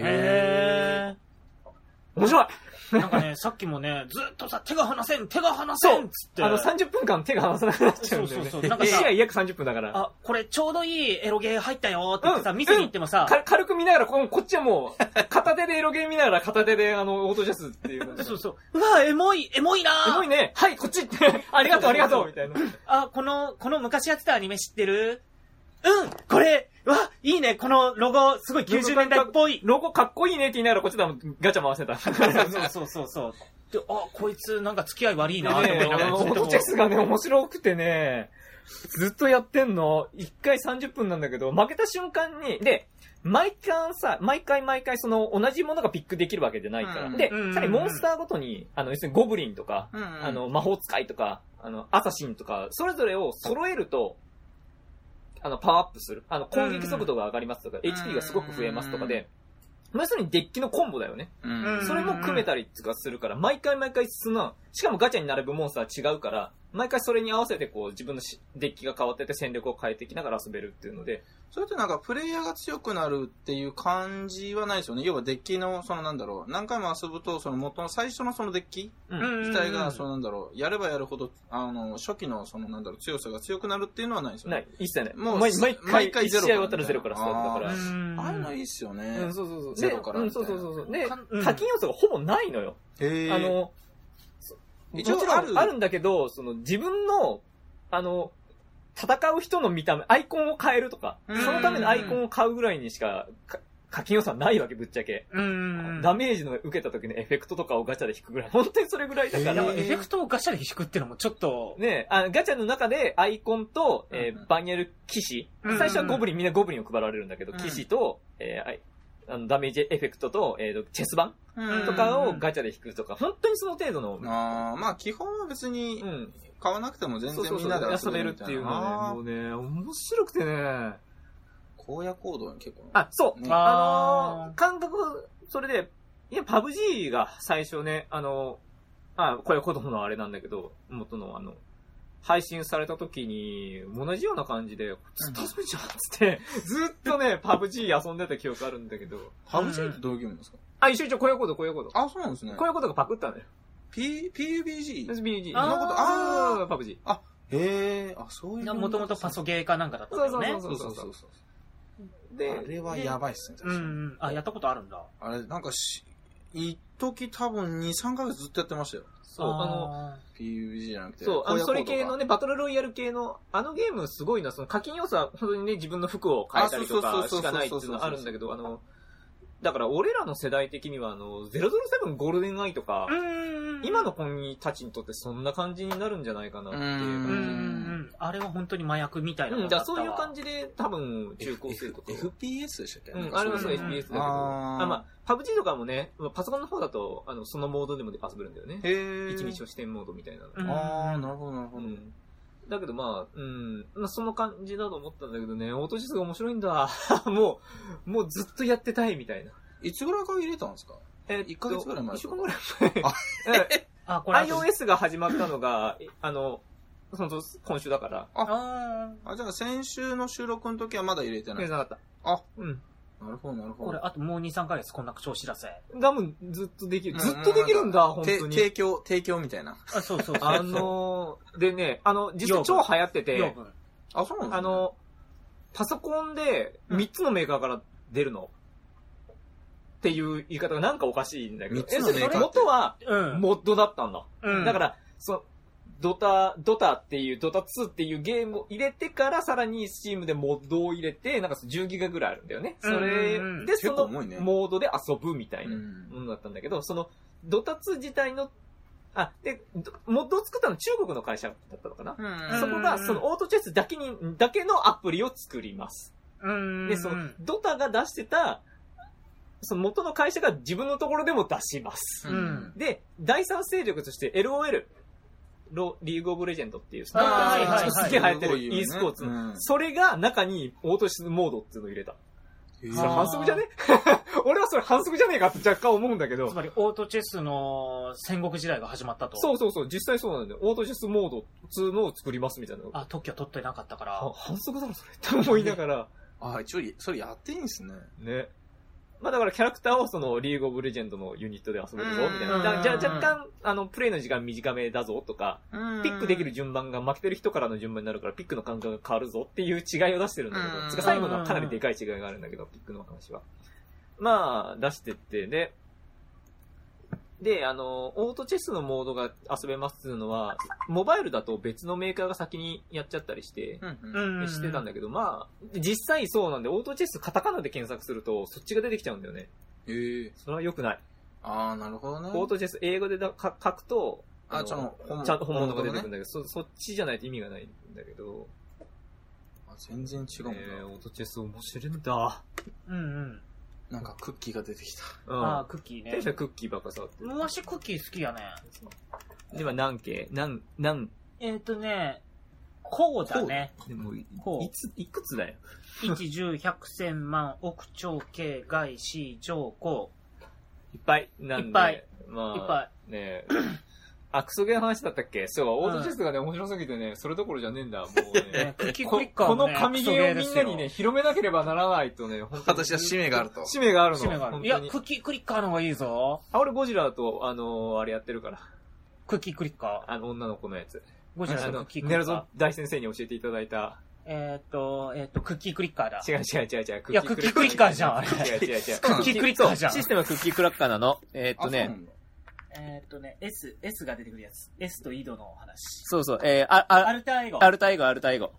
面白いなんかね、さっきもね、ずっとさ、手が離せんっつって。 30分間手が離さなくなっちゃうんだよね。そう。なんか試合約30分だから。 これちょうどいいエロゲー入ったよって言ってさ、店に行ってもさ、 軽く見ながら、こっちはもう、片手でエロゲー見ながら片手でオートジャスっていう。 そう。うわ、エモいなエモいね。はい、こっちありがとうみたいな。 この昔やってたアニメ知ってる？これ、いいね、このロゴ、すごい90年代っぽい。 ロゴかっこいいねって言いながらこっちでガチャ回してた。 そう。で、こいつなんか付き合い悪いなって思いながら。 オートチェスがね、面白くてね、 ずっとやってんの。1回30分なんだけど、負けた瞬間に、で、毎回その同じものがピックできるわけじゃないから。で、さらにモンスターごとに、要するにゴブリンとか、魔法使いとか、アサシンとか、それぞれを揃えると、パワーアップする。攻撃速度が上がりますとか、HP がすごく増えますとかで、要するにデッキのコンボだよね。それも組めたりとかするから、毎回しかもガチャに並ぶモンスターは違うから、毎回それに合わせてこう自分のデッキが変わってて戦力を変えていきながら遊べるっていうので。 それってなんかプレイヤーが強くなるっていう感じはないですよね。要はデッキの何回も遊ぶとその元の最初のそのデッキ自体がやればやるほど初期の強さが強くなるっていうのはないですよね。 ない。一切ない。 もう毎回ゼロ。試合終わったらゼロからスタートだから。 ああいうのいいっすよね。 そう。 ゼロから。 そう。で、課金要素がほぼないのよ。もちろんあるんだけど、自分の、戦う人の見た目、アイコンを変えるとか、そのためのアイコンを買うぐらいにしか、課金予算ないわけ、ぶっちゃけ。ダメージの受けた時のエフェクトとかをガチャで引くぐらい。本当にそれぐらいだから。 エフェクトをガチャで引くっていうのもちょっと。 ねガチャの中でアイコンと、バニャル騎士。最初はみんなゴブリンを配られるんだけど、騎士と、ダメージエフェクトと、チェス盤とかをガチャで引くとか、本当にその程度の。 まあ基本は別に、買わなくても全然みんなで遊べるっていうのね、もうね、面白くてね。 荒野行動に結構。 そう。感覚、それで、パブ G が最初ね、これは子供のあれなんだけど、元の配信された時に、同じような感じで、ずっと遊べちゃうっつって、ずっとね、パブ G 遊んでた記憶あるんだけど。 パブ G ってどういうゲームですか？ 一緒、荒野行動。 そうなんですね。 荒野行動がパクったのよ。 PUBG？ PUBG。 パブ G。 そういう。もともとパソゲーかなんかだったんだよね。 そう。で、あれはやばいっすね。 やったことあるんだ。 あれ、一時多分2、3ヶ月ずっとやってましたよ。 そう、 PUBG じゃなくて。 そう、それ系のね、バトルロイヤル系の、ゲームすごいな、課金要素は本当にね、自分の服を変えたりとかしかないっていうのはあるんだけど、だから俺らの世代的には007ゴールデンアイとか、今の子たちにとってそんな感じになるんじゃないかなっていう感じ。あれは本当に麻薬みたいなものだったわ。 そういう感じで多分中高生とか。 FPS でしたっけ？ あれはそう FPS だけど。パブ G とかもね、パソコンの方だと、そのモードでも遊べるんだよね。一日視点モードみたいな。 なるほど。 だけどその感じだと思ったんだけどね、オートチェスが面白いんだ。もうずっとやってたいみたいな。 いつぐらいから入れたんですか？1ヶ月ぐらい前ですか？1週間ぐらい前。これ iOS が始まったのが、今週だから。 じゃあ先週の収録の時はまだ入れてない？ 入れなかった。 なるほど。 これ、あともう2、3ヶ月こんな超知らせ。 多分、ずっとできる。ずっとできるんだ、本当に。 提供みたいな。 そう。 でね、実は超流行ってて、 そうなんですね。 パソコンで3つのメーカーから出るの。っていう言い方がなんかおかしいんだけど。元は、モッドだったんだ。だから、ドタっていう、ドタ2っていうゲームを入れてから、さらにスチームでモッドを入れて、10ギガぐらいあるんだよね。それで、そのモードで遊ぶみたいなものだったんだけど、その、ドタ2自体の、モッドを作ったのは中国の会社だったのかな。そこが、そのオートチェスだけのアプリを作ります。で、その、ドタが出してた、その元の会社が自分のところでも出します。で、第三勢力として LOL、リーグオブレジェンドっていう、すげえ流行ってる e スポーツの、それが中にオートチェスモードっていうのを入れた。それ反則じゃね俺はそれ反則じゃねえかって若干思うんだけど。 つまりオートチェスの戦国時代が始まったと。 そう、実際そうなんだよ。オートチェスモードっていうのを作りますみたいな。 特許取ってなかったから。 反則だろそれって思いながら。 一応、それやっていいんですね。 ね。だからキャラクターをそのリーグオブレジェンドのユニットで遊べるぞみたいな。じゃあ若干プレイの時間短めだぞとか、ピックできる順番が負けてる人からの順番になるからピックの感覚が変わるぞっていう違いを出してるんだけど、最後のはかなりでかい違いがあるんだけど、ピックの話は。出してって、で、オートチェスのモードが遊べますっていうのは、モバイルだと別のメーカーが先にやっちゃったりして、してたんだけど、実際そうなんで、オートチェスカタカナで検索すると、そっちが出てきちゃうんだよね。それは良くない。 なるほどね。 オートチェス英語で書くと、 ちゃんと本物が出てくるんだけど、そっちじゃないと意味がないんだけど、 全然違うもんね。 オートチェス面白いんだ。 うんうん。 なんかクッキーが出てきた。 ああ、クッキーね。 テンションクッキーばっか触ってる。 わしクッキー好きやね。 今何系こうだね。 でも、いくつだよ。 1、10、100、1000万、億、兆、京、外、市、上、公。 いっぱい。なんで。 いっぱい。 まあ、 いっぱい。ねクソゲーの話だったっけ？そう、オートチェスがね、面白すぎてね、それどころじゃねえんだ、もうね。この神ゲーをみんなにね、広めなければならないとね、 本当に。私は使命があると。 使命があるの。 使命がある。いや、クッキークリッカーの方がいいぞ。 俺ゴジラと、あれやってるから。 クッキークリッカー。 女の子のやつ。 ゴジラのクッキークリッカー。 ネルゾ大先生に教えていただいた。 クッキークリッカーだ。 違う。 いや、クッキークリッカーじゃん。 違う。 クッキークリッカーじゃん。 システムはクッキークラッカーなの。 S が出てくるやつ。S と井戸の話。 そう。 アルタイゴ。 アルタイゴ。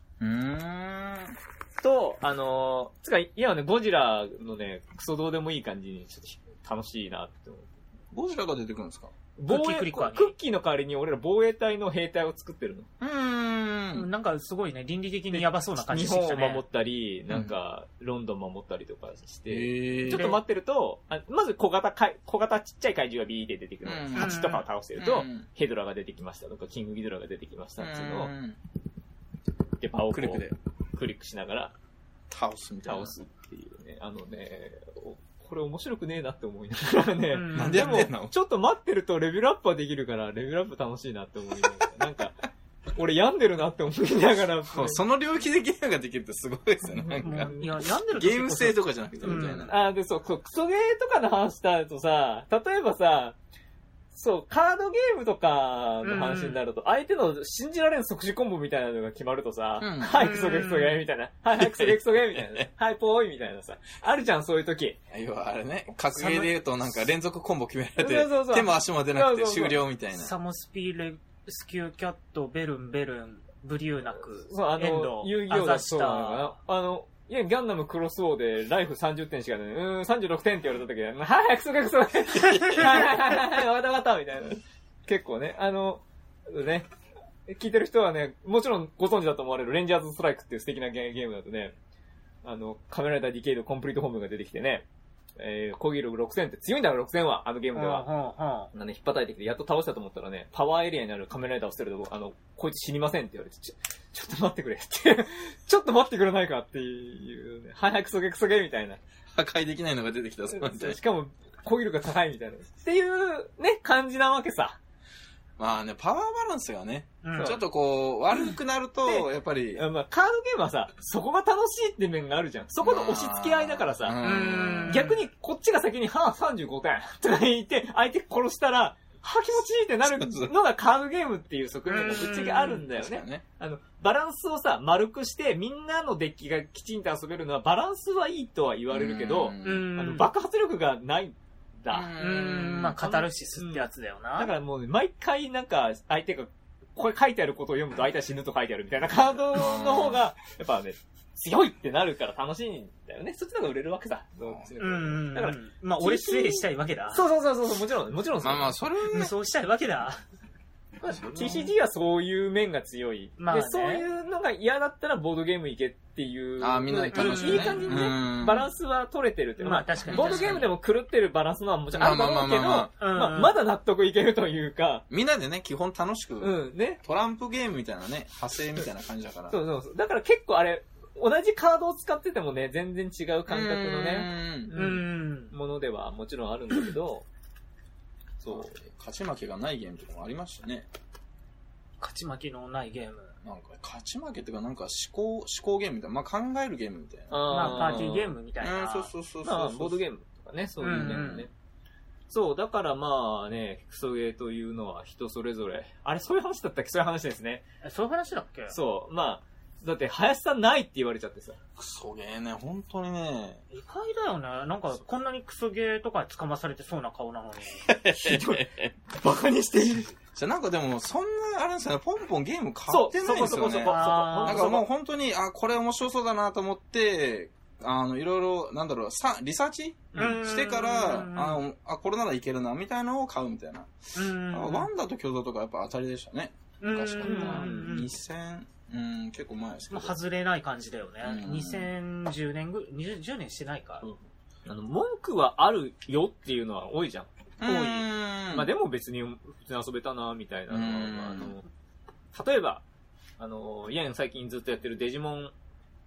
と、今ね、ゴジラのね、クソどうでもいい感じに、ちょっと楽しいなって思う。 ゴジラが出てくるんですか？ クッキーの代わりに俺ら防衛隊の兵隊を作ってるの。 なんかすごいね、倫理的にやばそうな感じしてきたね。 日本を守ったり、なんか、ロンドン守ったりとかして、ちょっと待ってると、まず小型ちっちゃい怪獣がビーって出てくる。ハチとかを倒してると、ヘドラが出てきましたとか、キングギドラが出てきましたっていうのを、で、パオをクリックしながら、 倒すっていうね。これ面白くねえなって思いながらね。 なんでやってんの？ ちょっと待ってるとレベルアップはできるから、レベルアップ楽しいなって思いながら。なんか、俺病んでるなって思いながら。 その領域でゲームができるってすごいですよね。なんか。 いや、病んでるゲーム性とかじゃなくてみたいな。 クソゲーとかの話したとさ、例えばさ、カードゲームとかの話になると、相手の信じられん即時コンボみたいなのが決まるとさ、はい、クソゲーみたいな。はい、クソゲーみたいな。はい、ぽーいみたいなさ。あるじゃん、そういう時。 要はあれね、格ゲーで言うとなんか連続コンボ決められて、手も足も出なくて終了みたいな。 サモスピーレスキューキャット、ベルン、ブリューナク、 エンド、遊戯王だそうなのかな。いや、ギャンダムクロスオーでライフ30点しかない。36点って言われた時は、はい、クソゲー。はい、わかったみたいな。結構ね、聞いてる人はね、もちろんご存知だと思われるレンジャーズストライクっていう素敵なゲームだとね、カメライダーディケイドコンプリートホームが出てきてね、攻撃力6000って強いんだろ、6000は、ゲームでは。引っ叩いてきて、やっと倒したと思ったらね、パワーエリアになるカメライダーを捨てると、こいつ死にませんって言われて、ちょっと待ってくれって。ちょっと待ってくれないかっていうね、はい、クソゲーみたいな。 破壊できないのが出てきたそうみたいな。 しかも、攻撃力が高いみたいな。っていうね、感じなわけさ。 まあね、パワーバランスがね、ちょっと悪くなると、やっぱり。 カードゲームはさ、そこが楽しいって面があるじゃん。そこの押し付け合いだからさ、逆にこっちが先に、35点とか言って、相手殺したら、気持ちいいってなるのがカードゲームっていう側面がぶっちゃけあるんだよね。バランスをさ、丸くして、みんなのデッキがきちんと遊べるのは、バランスはいいとは言われるけど、爆発力がないカタルシスってやつだよな。 だからもう、毎回なんか、相手が、これ書いてあることを読むと相手は死ぬと書いてあるみたいなカードの方が、やっぱね、強いってなるから楽しいんだよね。そっちの方が売れるわけさ。 だから、俺推理したいわけだ。 そう、もちろん。 まあ、それ無双したいわけだ。 TCG はそういう面が強い。で、そういうのが嫌だったらボードゲーム行けっていう。 みんなで楽しい。 いい感じにね、バランスは取れてるっていう。 確かに。 ボードゲームでも狂ってるバランスのはもちろんあるだろうけど、まだ納得いけるというか。 みんなでね、基本楽しく。トランプゲームみたいなね、派生みたいな感じだから。 そう。だから結構あれ、同じカードを使っててもね、全然違う感覚のね、ものではもちろんあるんだけど、 そう。勝ち負けがないゲームとかもありましたね。 勝ち負けのないゲーム。 なんか、勝ち負けっていうか、なんか思考ゲームみたいな。考えるゲームみたいな。 パーティーゲームみたいな。 そう。 ボードゲームとかね、そういうね。そう、だからまあね、クソゲーというのは人それぞれ。あれ、そういう話だったっけ？そういう話ですね。 そういう話だっけ？ そう、だって、林さんないって言われちゃってさ。 クソゲーね、本当にね。 意外だよね。なんか、こんなにクソゲーとか捕まされてそうな顔なのに。 ひどい。バカにしている。 じゃなんかでも、そんな、あれですよね、ポンポンゲーム変わってないんですよね。なんかもう本当に、これ面白そうだなと思って、いろいろ、リサーチしてから、これならいけるな、みたいなのを買うみたいな。ワンダと巨像とかやっぱ当たりでしたね。昔から。 結構前ですけど。 外れない感じだよね。2010年2010年してないか。 文句はあるよっていうのは多いじゃん。多い。まあでも別に普通に遊べたな、みたいなのは、例えば、イエン最近ずっとやってるデジモン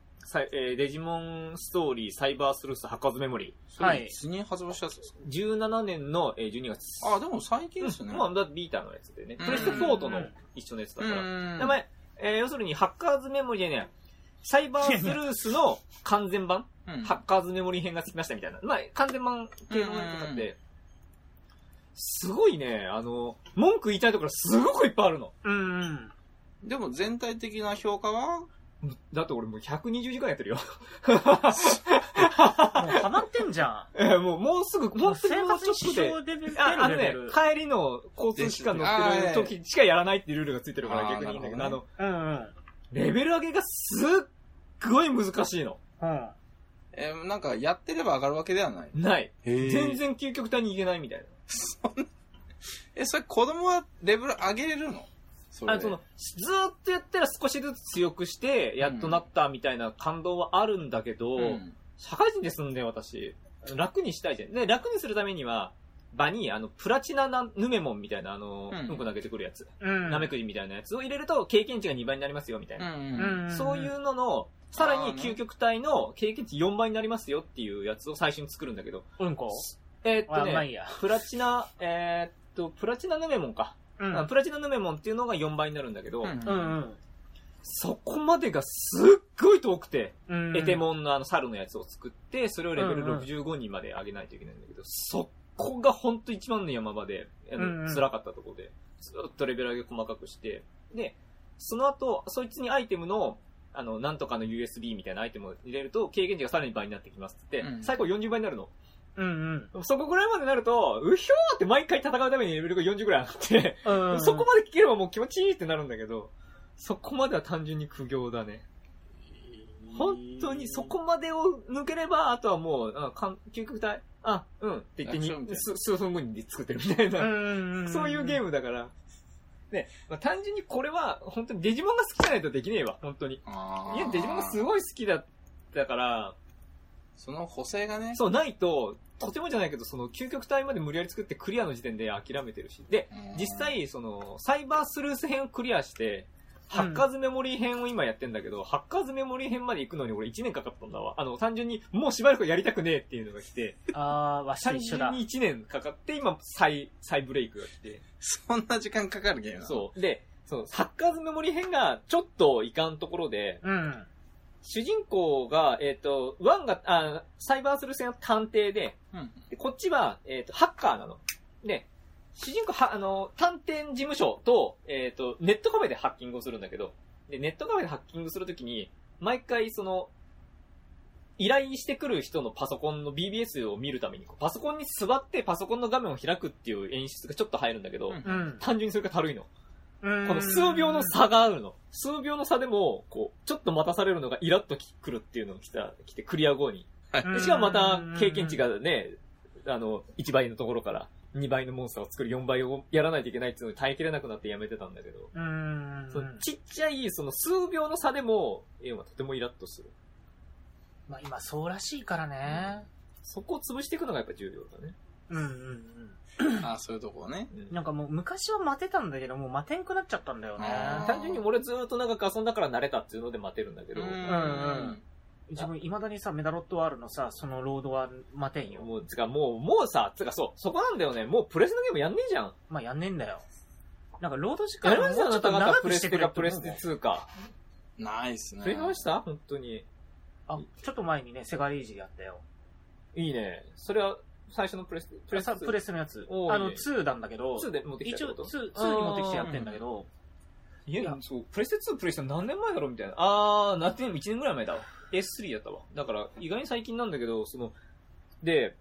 ストーリーサイバースルース博士メモリー。はい。いつに発売したやつですか ?17 年の12月。 あ、でも最近ですね。 まあ、ビータのやつでね。プレステ4との一緒のやつだから。名前、要するにハッカーズメモリーでね、サイバースルースの完全版、ハッカーズメモリー編がつきましたみたいな。まあ、完全版系のやつがあって、すごいね、文句言いたいところすごくいっぱいあるの。 でも全体的な評価はだって俺もう120時間やってるよ。 もうハマってんじゃん。 もうすぐ、本当にもうちょっとで。帰りの交通機関乗ってる時しかやらないっていうルールがついてるから逆にいいんだけど、レベル上げがすっごい難しいの。 なんかやってれば上がるわけではない。 ない。全然究極体にいけないみたいな。それ子供はレベル上げれるの？ ずーっとやったら少しずつ強くして、やっとなったみたいな感動はあるんだけど、社会人ですんで私、楽にしたいじゃん。で、楽にするためには、場に、プラチナヌメモンみたいな、うんこ投げてくるやつ。ナメクジみたいなやつを入れると、経験値が2倍になりますよ、みたいな。そういうのの、さらに究極体の経験値4倍になりますよっていうやつを最初に作るんだけど。 うんこプラチナヌメモンか。プラチナヌメモンっていうのが4倍になるんだけど、そこまでがすっごい遠くて、エテモンの猿のやつを作って、それをレベル65にまで上げないといけないんだけど、そこがほんと一番の山場で、辛かったところで、ずっとレベル上げ細かくして、で、その後、そいつにアイテムの、なんとかの USB みたいなアイテムを入れると、経験値がさらに倍になってきますって、最高40倍になるの。そこぐらいまでなると、うひょーって毎回戦うためにレベルが40ぐらいあって、そこまで聞ければもう気持ちいいってなるんだけど、そこまでは単純に苦行だね。本当にそこまでを抜ければ、あとはもう、究極体、って言って数分後に作ってるみたいな、そういうゲームだから。ね、単純にこれは、本当にデジモンが好きじゃないとできねえわ、本当に。いや、デジモンがすごい好きだったから、 その補正がね。 そう、ないと、とてもじゃないけど、その、究極体まで無理やり作ってクリアの時点で諦めてるし。で、実際、サイバースルース編をクリアして、ハッカーズメモリー編を今やってんだけど、ハッカーズメモリー編まで行くのに俺1年かかったんだわ。単純に、もうしばらくやりたくねえっていうのが来て。 わし一緒だ。 単純に1年かかって、今、再ブレイクが来て。 そんな時間かかるゲームなの？ そう。で、ハッカーズメモリー編がちょっといかんところで、主人公が、サイバースルース編は探偵で、こっちは、ハッカーなの。で、主人公探偵事務所と、ネットカフェでハッキングをするんだけど、で、ネットカフェでハッキングするときに、毎回依頼してくる人のパソコンの BBS を見るために、パソコンに座ってパソコンの画面を開くっていう演出がちょっと入るんだけど、単純にそれが軽いの。この数秒の差があるの。数秒の差でも、ちょっと待たされるのがイラッとくるっていうのが来てクリア後に。しかもまた経験値がね、1倍のところから2倍のモンスターを作る4倍をやらないといけないっていうのに耐えきれなくなってやめてたんだけど。ちっちゃい、数秒の差でも、とてもイラッとする。 まあ今そうらしいからね。 そこを潰していくのがやっぱ重要だね。 そういうとこね。 なんかもう昔は待てたんだけど、もう待てんくなっちゃったんだよね。 単純に俺ずっと長く遊んだから慣れたっていうので待てるんだけど。 自分未だにさ、メダロットワールのさ、そのロードは待てんよ。 もうさ、そこなんだよね。もうプレスのゲームやんねえじゃん。 まあやんねえんだよ。なんかロード時間もうちょっと長くしてくれ。プレステ2か。 ないっすね。 プレました本当に。 ちょっと前にね、セガリージやったよ。 いいね。それは、最初のプレスのやつ。2なんだけど、 2で持ってきたってこと？ 一応2に持ってきてやってんだけど、 そう、プレステ2プレイしたの何年前だろうみたいな。1年ぐらい前だわ。S3 やったわ。だから、意外に最近なんだけど、もう、PSP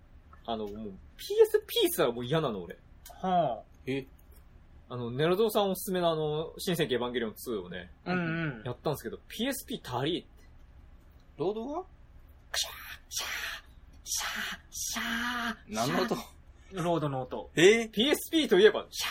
すらもう嫌なの、俺。ネルゾーさんおすすめの、新世紀エヴァンゲリオン2をね、やったんですけど、PSP 足りって。 ロードがシャー何の音？ ロードの音。 PSP といえば、シ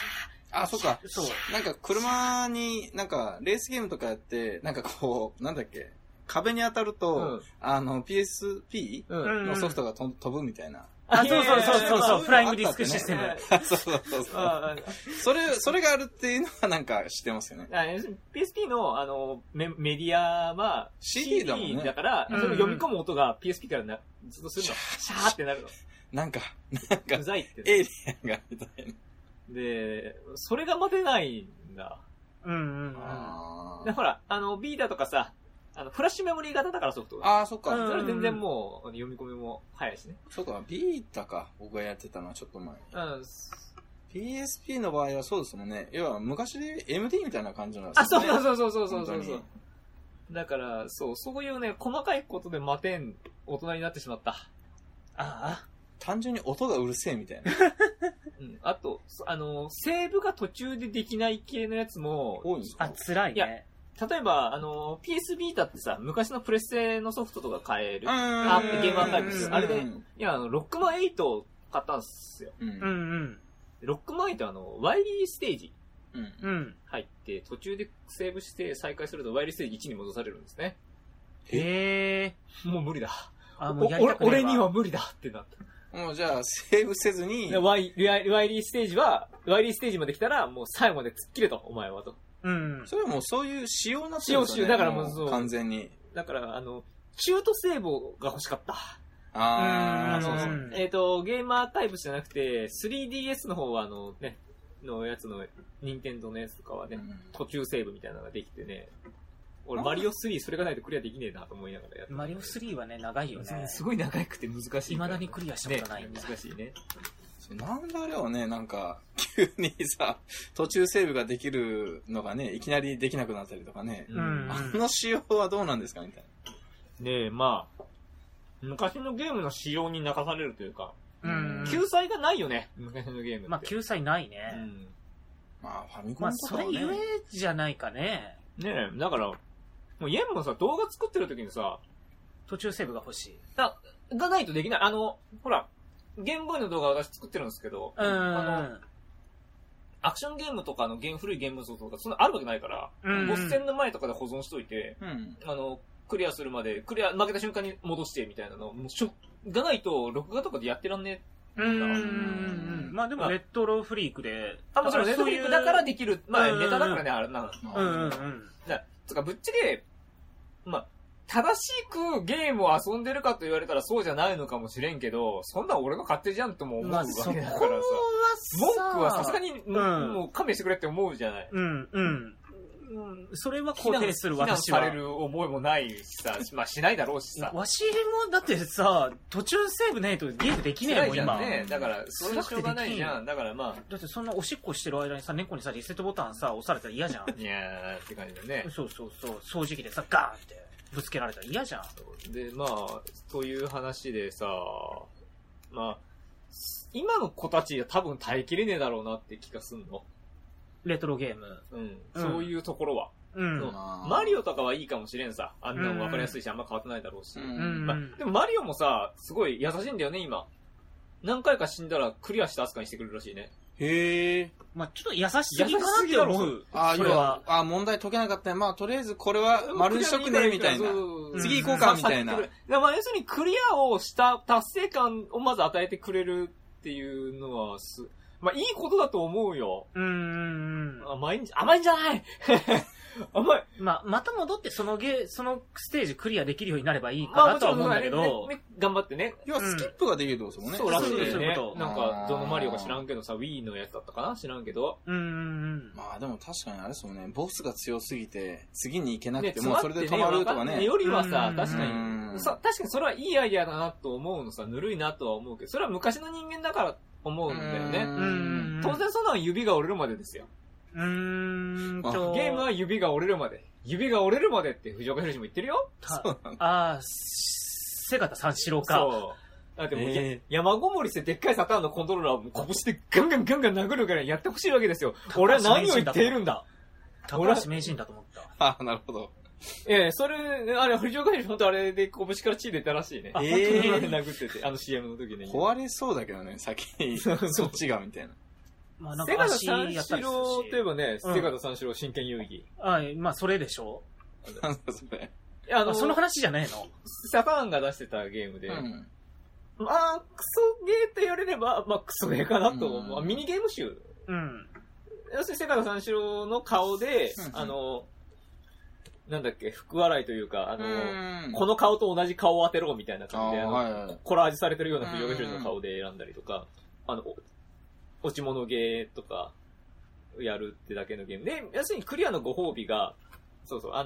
あ、そっか。そう。なんか車に、なんかレースゲームとかやって、なんかこう、なんだっけ、壁に当たると、PSP のソフトが飛ぶみたいな。 あ、そう、フライングディスクシステム。 そう。それがあるっていうのはなんか知ってますよね。 PSP の、メディアは CD だもんね。 だから、それを読み込む音が PSP からずっとするの。シャーってなるの。 なんか、 うざいって。 エイリアンがみたいな。 で、それが待てないんだ。で、ほら、ビータとかさ、フラッシュメモリー型だからソフトが。 ああ、そっか。 それ全然もう、読み込みも早いしね。 そうか、ビータか。僕がやってたのはちょっと前。PSP の場合はそうですもんね。要は、昔で MD みたいな感じなんですよね。 そう。だから、そういうね、細かいことで待てん大人になってしまった。 単純に音がうるせえみたいな。 あと、セーブが途中でできない系のやつも、 多いんですか？ 辛いね。いや、例えば、PS ビータってさ、昔のプレステのソフトとか買える。ゲームアーカイブス。あれで、いや、ロックマン8を買ったんですよ。ロックマン8ワイリーステージ。入って、途中でセーブして再開するとワイリーステージ1に戻されるんですね。もう無理だ。俺には無理だってなった。 もうじゃあ、セーブせずに。 ワイリーステージまで来たら、もう最後まで突っ切れと、お前はと。 それはもうそういう仕様になってるんですよね。 だからもうそう。 完全に。 だから、中途セーブが欲しかった。ゲームアーカイブスじゃなくて、3DS の方はのやつの、任天堂のやつとかはね、途中セーブみたいなのができてね、俺、マリオ3それがないとクリアできねえなと思いながらやって。 マリオ3はね、長いよね。 すごい長くて難しい。 未だにクリアしたことないんだ。 難しいね。 なんだろうね、なんか、急にさ、途中セーブができるのがね、いきなりできなくなったりとかね。仕様はどうなんですかみたいな。ねえ、まあ、昔のゲームの仕様に泣かされるというか、救済がないよね、昔のゲームって。 まあ、救済ないね。 まあ、ファミコンとかはね。 それゆえじゃないかね。 ねえ、だから、もうイエンもさ、動画作ってる時にさ、 途中セーブが欲しい。 がないとできない。ほら、ゲームボーイの動画私作ってるんですけど、アクションゲームとか古いゲーム像とか、そんなあるわけないから、ボス戦の前とかで保存しといて、クリアするまで、負けた瞬間に戻してみたいなの、がないと、録画とかでやってらんねえ。 まあでも、レトロフリークで。 もちろんレトロフリークだからできる。まあ、ネタだからね、あれなの。つか、ぶっちゃけ、まあ、正しくゲームを遊んでるかと言われたらそうじゃないのかもしれんけど、そんなん俺の勝手じゃんとも思うわけだからさ。文句はさすがに、もう勘弁してくれって思うじゃない。 それは肯定する私は。非難される思いもないしさ、まあしないだろうしさ。 わしもだってさ、途中セーブないとゲームできねえもん今。 ね、だから、それはしょうがないじゃん。だからまあ。 だってそんなおしっこしてる間にさ、猫にさ、リセットボタンさ、押されたら嫌じゃん。 いやーって感じだね。 そう。掃除機でさ、ガーンってぶつけられたら嫌じゃん。 で、まあ、という話でさ、まあ、今の子たちは多分耐えきれねえだろうなって気がすんの。 レトロゲーム。 そういうところは。マリオとかはいいかもしれんさ。あんなの分かりやすいし、あんま変わってないだろうし。でもマリオもさ、すごい優しいんだよね、今。何回か死んだらクリアした扱いしてくれるらしいね。 へえ。 まあちょっと優しすぎかなって思う。 それは。問題解けなかったね。まあとりあえずこれは丸にしとくね、みたいな。次行こうか、みたいな。 まあ要するにクリアをした達成感をまず与えてくれるっていうのはまあ、いいことだと思うよ。甘いんじゃない甘い。 まあ、また戻ってそのステージクリアできるようになればいいかなとは思うんだけど。 頑張ってね。 要はスキップができるってことですもんね。 そうらしいね。なんか、どのマリオか知らんけどさ、Wii のやつだったかな知らんけど。 まあでも確かにあれですもんね、ボスが強すぎて、次に行けなくてもうそれで止まるとかね。 よりはさ、確かにそれはいいアイディアだなと思うのさ、ぬるいなとは思うけど、それは昔の人間だから思うんだよね。当然そんなの指が折れるまでですよ。ゲームは指が折れるまで。指が折れるまでって藤岡弘も言ってるよ。 瀬形三四郎か。 そう。だってもう、山ごもりしてでっかいサターンのコントローラーを拳でガンガン殴るからやってほしいわけですよ。俺は何を言っているんだ。 高橋名人だと思った。 なるほど。 それ、藤岡弘本当あれで拳から血出たらしいね。本当に殴ってて、CM の時ね。 壊れそうだけどね、先に。そっちが、みたいな。 まあなんセガか足田三やったりする四郎し。 といえばね、セガ田三四郎真剣遊戯。 はい、まあそれでしょなんだそれ。 いやその話じゃねえのサターンが出してたゲームで、まあ、クソゲーって言われれば、まあクソゲーかなと思う。ミニゲーム集。要するにセガ田三四郎の顔で、なんだっけ、福笑いというか、この顔と同じ顔を当てろみたいな感じで、コラージュされてるような不良ゲームの顔で選んだりとか、落ち物ゲーとか、やるってだけのゲームで、要するにクリアのご褒美が、そうそう、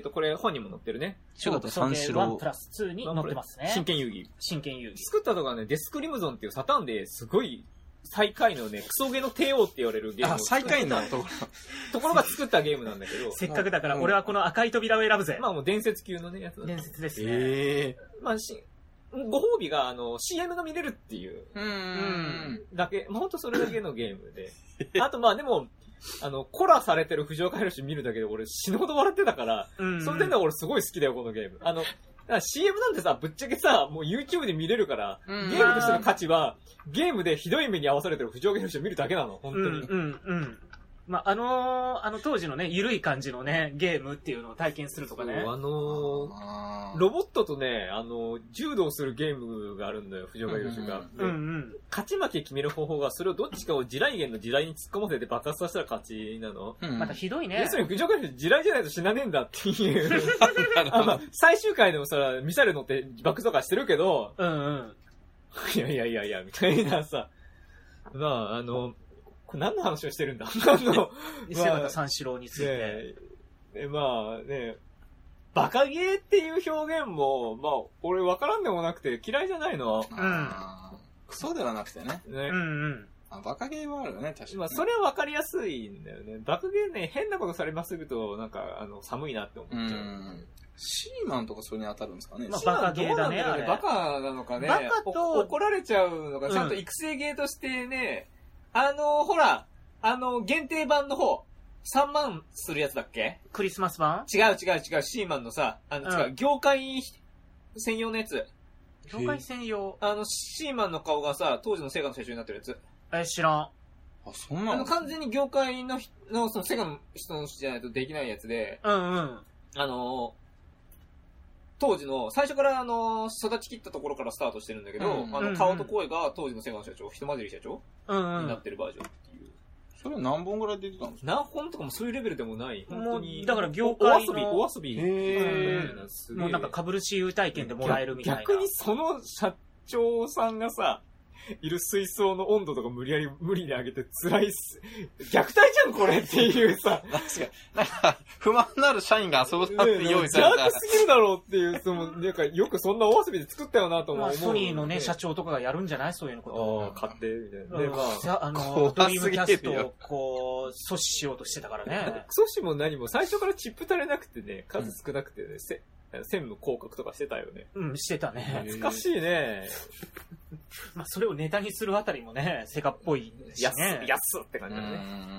これ本にも載ってるね。 セガ田三四郎 1プラス2に載ってますね。 真剣遊戯。 真剣遊戯。 作ったのがね、デスクリムゾンっていうサターンですごい、最下位のね、クソゲの帝王って言われるゲーム。 最下位のところが作ったゲームなんだけど。 せっかくだから俺はこの赤い扉を選ぶぜ。 まあもう伝説級のね、やつだ。 伝説ですね。 まあご褒美がCM が見れるっていう。だけ、まあほんとそれだけのゲームで。あとまあでも、コラされてる藤岡弘見るだけで俺死ぬほど笑ってたから、それでね俺すごい好きだよこのゲーム。CM なんてさ、ぶっちゃけさ、もう YouTube で見れるから、ゲームとしての価値は、ゲームでひどい目に遭わされてる藤岡弘見るだけなの、本当に。 まあ、当時のね、緩い感じのね、ゲームっていうのを体験するとかね。 ロボットとね、柔道するゲームがあるんだよ、藤岡弘が。勝ち負け決める方法が、それをどっちかを地雷原の地雷に突っ込ませて爆発させたら勝ちなの。 またひどいね。 要するに藤岡弘地雷じゃないと死なねえんだっていう。最終回でもさ、ミサイル乗って爆とかしてるけど、いや、みたいなさ。まあ、これ何の話をしてるんだセガ田三四郎について。 まあね、バカゲーっていう表現も、まあ、俺分からんでもなくて嫌いじゃないの。 クソではなくてね。バカゲーはあるよね、確かに。 まあ、それは分かりやすいんだよね。バカゲーね、変なことされますると、なんか、寒いなって思っちゃう。 シーマンとかそれに当たるんですかね。 まあ、バカゲーだね、あれ。 バカなのかね。 バカと怒られちゃうのか、ちゃんと育成ゲーとしてね、ほら、限定版の方、3万するやつだっけ？ クリスマス版？ 違う、シーマンのさ、業界専用のやつ。 業界専用？ シーマンの顔がさ、当時のセガの社長になってるやつ。 知らん。 あ、そんなの？ 完全に業界のそのセガの人じゃないとできないやつで、当時の、最初から育ち切ったところからスタートしてるんだけど、顔と声が当時のセガの社長、ひとまじり社長になってるバージョンっていう。 それ何本ぐらい出てたんですか？ 何本とかもそういうレベルでもない。本当に。 だから業界のお遊び。 もうなんか株主優待券でもらえるみたいな。 逆にその社長さんがさ、いる水槽の温度とか無理に上げて辛いっす。虐待じゃんこれっていうさ。 確かに。なんか、不満なる社員が遊ぶために用意された。 邪悪すぎるだろうっていう、なんかよくそんなお遊びで作ったよなと思う。 ソニーのね、社長とかがやるんじゃないそういうこと。 買って、みたいな。で、 まあ、ドリームキャストをこう、阻止しようとしてたからね。 阻止も何も最初からチップ足りなくてね、数少なくてね、専務広角とかしてたよね。 してたね。 懐かしいね。 まあ、それをネタにするあたりもね、セガっぽいしね。 安って感じだね。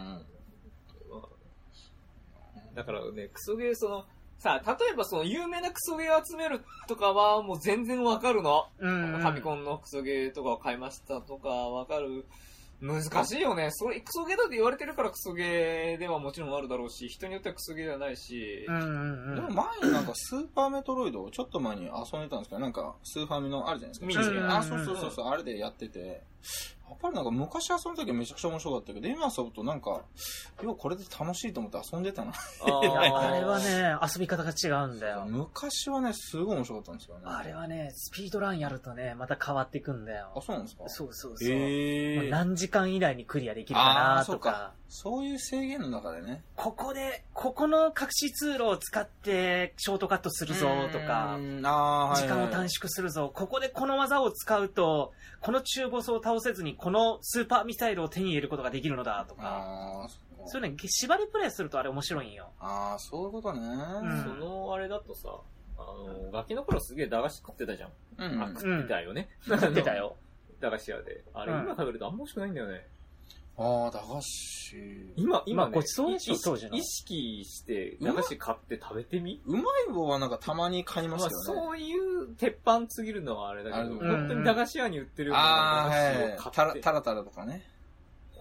だからね、クソゲーさあ、例えば有名なクソゲーを集めるとかはもう全然わかるの。ファミコンのクソゲーとかを買いましたとかわかる。難しいよね。それ、クソゲーだって言われてるからクソゲーではもちろんあるだろうし、人によってはクソゲーではないし。 でも前になんかスーパーメトロイドをちょっと前に遊んでたんですけど、なんかスーファミのあるじゃないですか。 ミニゲーム。そう、あれでやってて。やっぱりなんか昔遊んだ時はめちゃくちゃ面白かったけど、今遊ぶとなんか、ようこれで楽しいと思って遊んでたな。 あれはね、遊び方が違うんだよ。 昔はね、すごい面白かったんですよね。 あれはね、スピードランやるとね、また変わっていくんだよ。 あ、そうなんですか？ そう。何時間以内にクリアできるかなとか。 そういう制限の中でね。 ここの隠し通路を使ってショートカットするぞとか、時間を短縮するぞ、ここでこの技を使うと、この中ボスを倒せずにこのスーパーミサイルを手に入れることができるのだとか、そういうね、縛りプレイするとあれ面白いんよ。 そういうことね。 あれだとさ、ガキの頃すげえ駄菓子食ってたじゃん。食ってたよね。 食ってたよ。 駄菓子屋で。あれ今食べるとあんま美味しくないんだよね。 駄菓子。 今ね、 ごちそうでしょ、当時の。 意識して駄菓子買って食べてみ？ うまい棒はなんかたまに買いますけどね。 そういう鉄板すぎるのはあれだけど、本当に駄菓子屋に売ってるような駄菓子を買って。 タラタラとかね。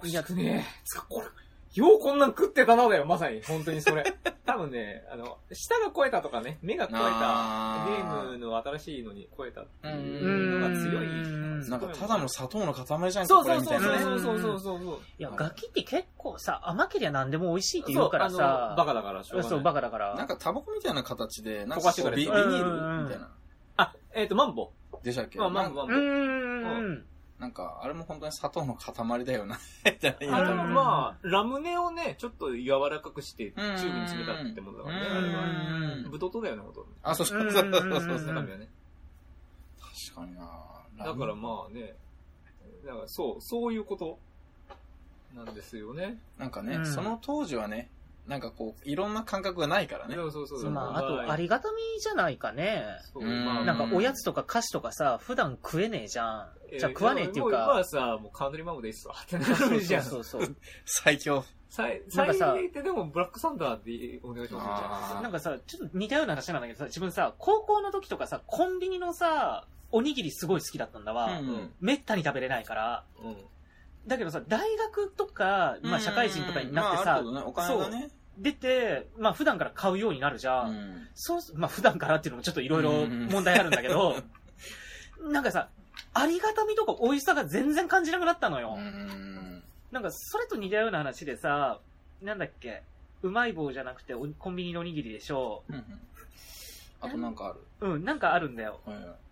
美味しくねこれ、ようこんなん食ってたなだよ、まさに。本当にそれ。多分ね、舌が超えたとかね、目が超えた、ゲームの新しいのに超えたっていうのが強い。 なんかただの砂糖の塊じゃん、 そうこれみたいなね。 そう。 いや、ガキって結構さ、甘けりゃ何でも美味しいって言うからさ。 バカだからしょうがない。 そう、バカだから。 なんかタバコみたいな形で、なんかビニールみたいな。 マンボ。 でしたっけ？ マンボ。 なんか、あれも本当に砂糖の塊だよな。 まあ、ラムネをね、ちょっと柔らかくして、チューブに詰めたってものだからね、あれは。ブドウ糖だよね、ほとんど。 あ、そう。中身はね。 確かにな。 だからまあね、だからそういうことなんですよね。 なんかね、その当時はね、なんかこう、いろんな感覚がないからね。 そう。 まあ、あと、ありがたみじゃないかね。なんか、おやつとか菓子とかさ、普段食えねえじゃん。じゃあ食わねえっていうか。 今はさ、もうカントリーマムでいいっすわ。ってなるじゃん。 そう。 最強。 最低ってでも、ブラックサンダーでお願いしますじゃん。 なんかさ、ちょっと似たような話なんだけどさ、自分さ、高校の時とかさ、コンビニのさ、おにぎりすごい好きだったんだわ。めったに食べれないから。だけどさ、大学とか、まあ社会人とかになってさ、 お金がね。 出て、まあ普段から買うようになるじゃん。そう、まあ普段からっていうのもちょっといろいろ問題あるんだけど、なんかさ、ありがたみとか美味しさが全然感じなくなったのよ。なんかそれと似たような話でさ、なんだっけ、うまい棒じゃなくてコンビニのおにぎりでしょ。 あとなんかある？ なんかあるんだよ。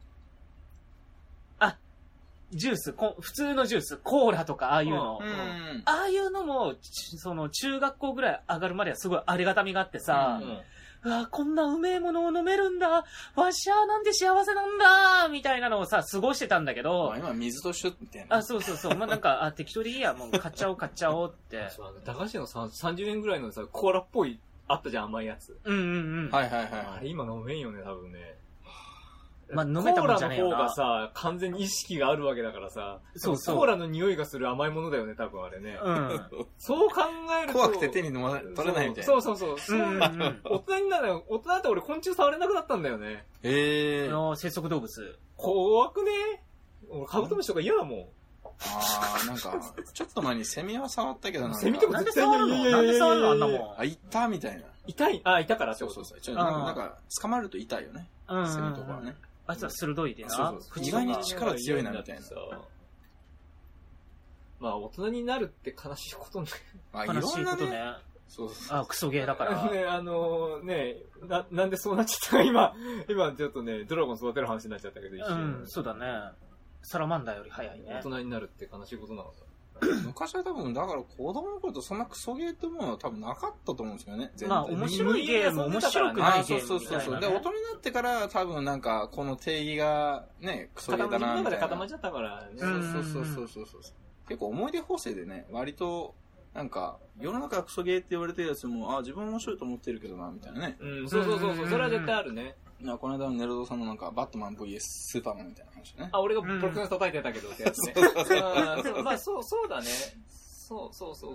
ジュース、普通のジュース、コーラとかああいうの。ああいうのも、その中学校ぐらい上がるまではすごいありがたみがあってさ、うわ、こんなうめえものを飲めるんだ、わしゃなんて幸せなんだ、みたいなのをさ、過ごしてたんだけど。 今水と一緒みたいな。 そう。まあ、なんか、適当でいいや、もう買っちゃおうって。 駄菓子の30円ぐらいのさ、コーラっぽい、あったじゃん、甘いやつ。 はい。 あれ今飲めんよね、多分ね。 まあ、飲めたもんじゃねえよな。 コーラの方がさ、完全に意識があるわけだからさ、 そう。 コーラの匂いがする甘いものだよね、多分あれね。そう考えると。 怖くて手に取れないみたいな。 そう。大人になる、大人だって俺昆虫触れなくなったんだよね。 節足動物。 怖くね？俺カブトムシとか嫌だもん。 なんか、ちょっと前にセミは触ったけどな。 セミとか絶対なんで触るのあんなもん。 いたみたいな。 痛い？いたから。 そう。なんか、捕まると痛いよね。セミとかはね。 あいつは鋭いでな。 意外に力強いなみたいな。 まあ大人になるって悲しいことね。 悲しいことね。クソゲーだから。 なんでそうなっちゃったか今ちょっとね、ドラゴン育てる話になっちゃったけど、一瞬。そうだね。サラマンダーより早いね。 大人になるって悲しいことなのだ。 昔は多分、だから子供の頃とそんなクソゲーってものは多分なかったと思うんですよね。 まあ面白いゲーム、面白くないゲーム。 そう。で、大人になってから多分なんか、この定義がね、クソゲーだなみたいな。 固まっちゃったからね。 そう。結構思い出補正でね、割と、なんか、世の中がクソゲーって言われてるやつも、自分面白いと思ってるけどな、みたいなね。 そう。それは絶対あるね。 この間のネルドさんのなんか、バットマン VS スーパーマンみたいな話ね。 俺がプロクション叩いてたけどってやつね。まあ、そうだね。そう。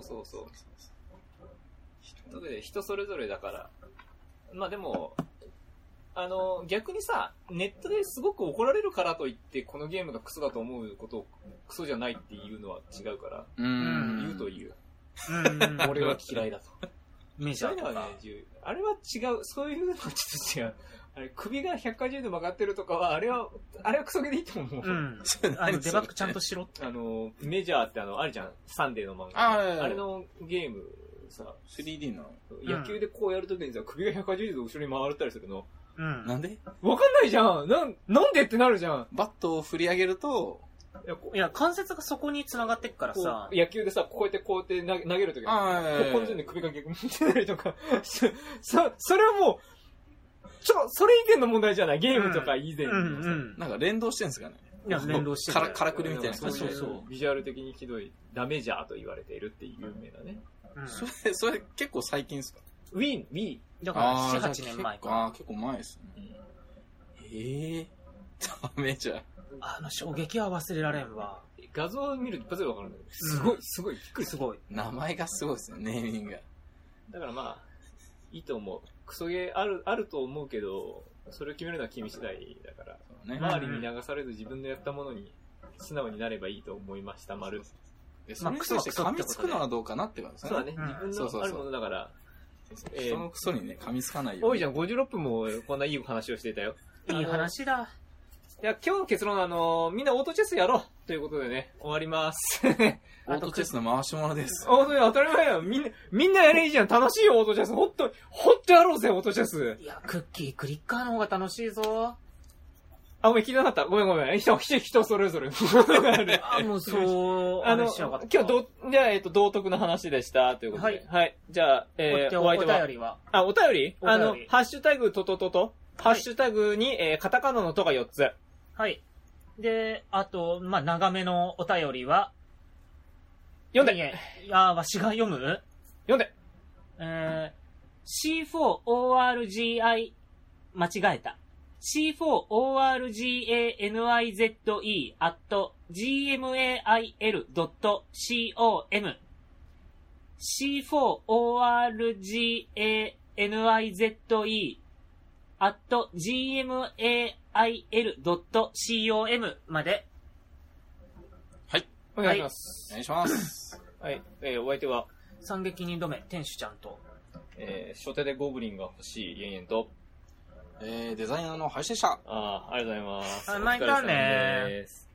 人それぞれだから。まあでも、逆にさ、ネットですごく怒られるからといって、このゲームがクソだと思うことをクソじゃないっていうのは違うから、言うと言う。俺は嫌いだと。 メジャーとか。 あれは違う。そういうのはちょっと違う。あれ、首が180度曲がってるとかは、あれはクソゲーでいいと思う。 デバッグちゃんとしろって。 メジャーってあるじゃん。サンデーの漫画。あれのゲームさ、 3D の野球でこうやるときにさ、首が180度後ろに回ったりするの。 なんで？ わかんないじゃん。なんでってなるじゃん。 バットを振り上げると、 いや、関節がそこに繋がってっからさ。 野球でさ、こうやって投げるときに、この時に首が逆に向いてたりとか、それはもう、それ以前の問題じゃない。ゲームとか以前に。 なんか連動してんすかね。 いや、連動してる。 からくりみたいな感じで。 そう。ビジュアル的にひどい、ダメジャーと言われているっていう有名なね。 それ結構最近っすか？ Wii。 だから7、8年前か。 結構前ですね。ダメじゃ。 衝撃は忘れられんわ。 画像を見ると一発でわかるんだけど、すごい、びっくりすごい。 名前がすごいですよ、ネーミングが。 だからまあ、いいと思う。クソゲーあると思うけど、それを決めるのは君次第だから、周りに流されず自分のやったものに素直になればいいと思いました、丸。 それに対して噛みつくのはどうかなって感じですね。 そうだね。自分のあるものだから。 人のクソにね、噛みつかないよ。 多いじゃん、56分もこんないい話をしていたよ。 いい話だ。 いや、今日の結論はみんなオートチェスやろうということでね、終わります。 オートチェスの回し物です。 当たり前よ。みんなやれいいじゃん。楽しいよ、オートチェス。ほんとやろうぜ、オートチェス。 いや、クッキー、クリッカーの方が楽しいぞ。 あ、ごめん、聞いてなかった。ごめん。人それぞれ。 あ、もうそう、 今日じゃあ、道徳の話でした、ということで。はい。じゃあ、 お便りはお便りハッシュタグハッシュタグに、カタカナのとが4つ。 はい。で、あと、長めのお便りは、 読んで。 わしが読む？ 読んで。 C4ORGI、間違えた。C4ORGANIZE@gmail.com C4ORGANIZE@gmail.com まで。 はい。 お願いします。 お願いします。 はい。お相手は、 三撃二度目、天使ちゃんと。 初手でゴブリンが欲しい、延々と。 デザイナーの林でした。 ありがとうございます。 またねー。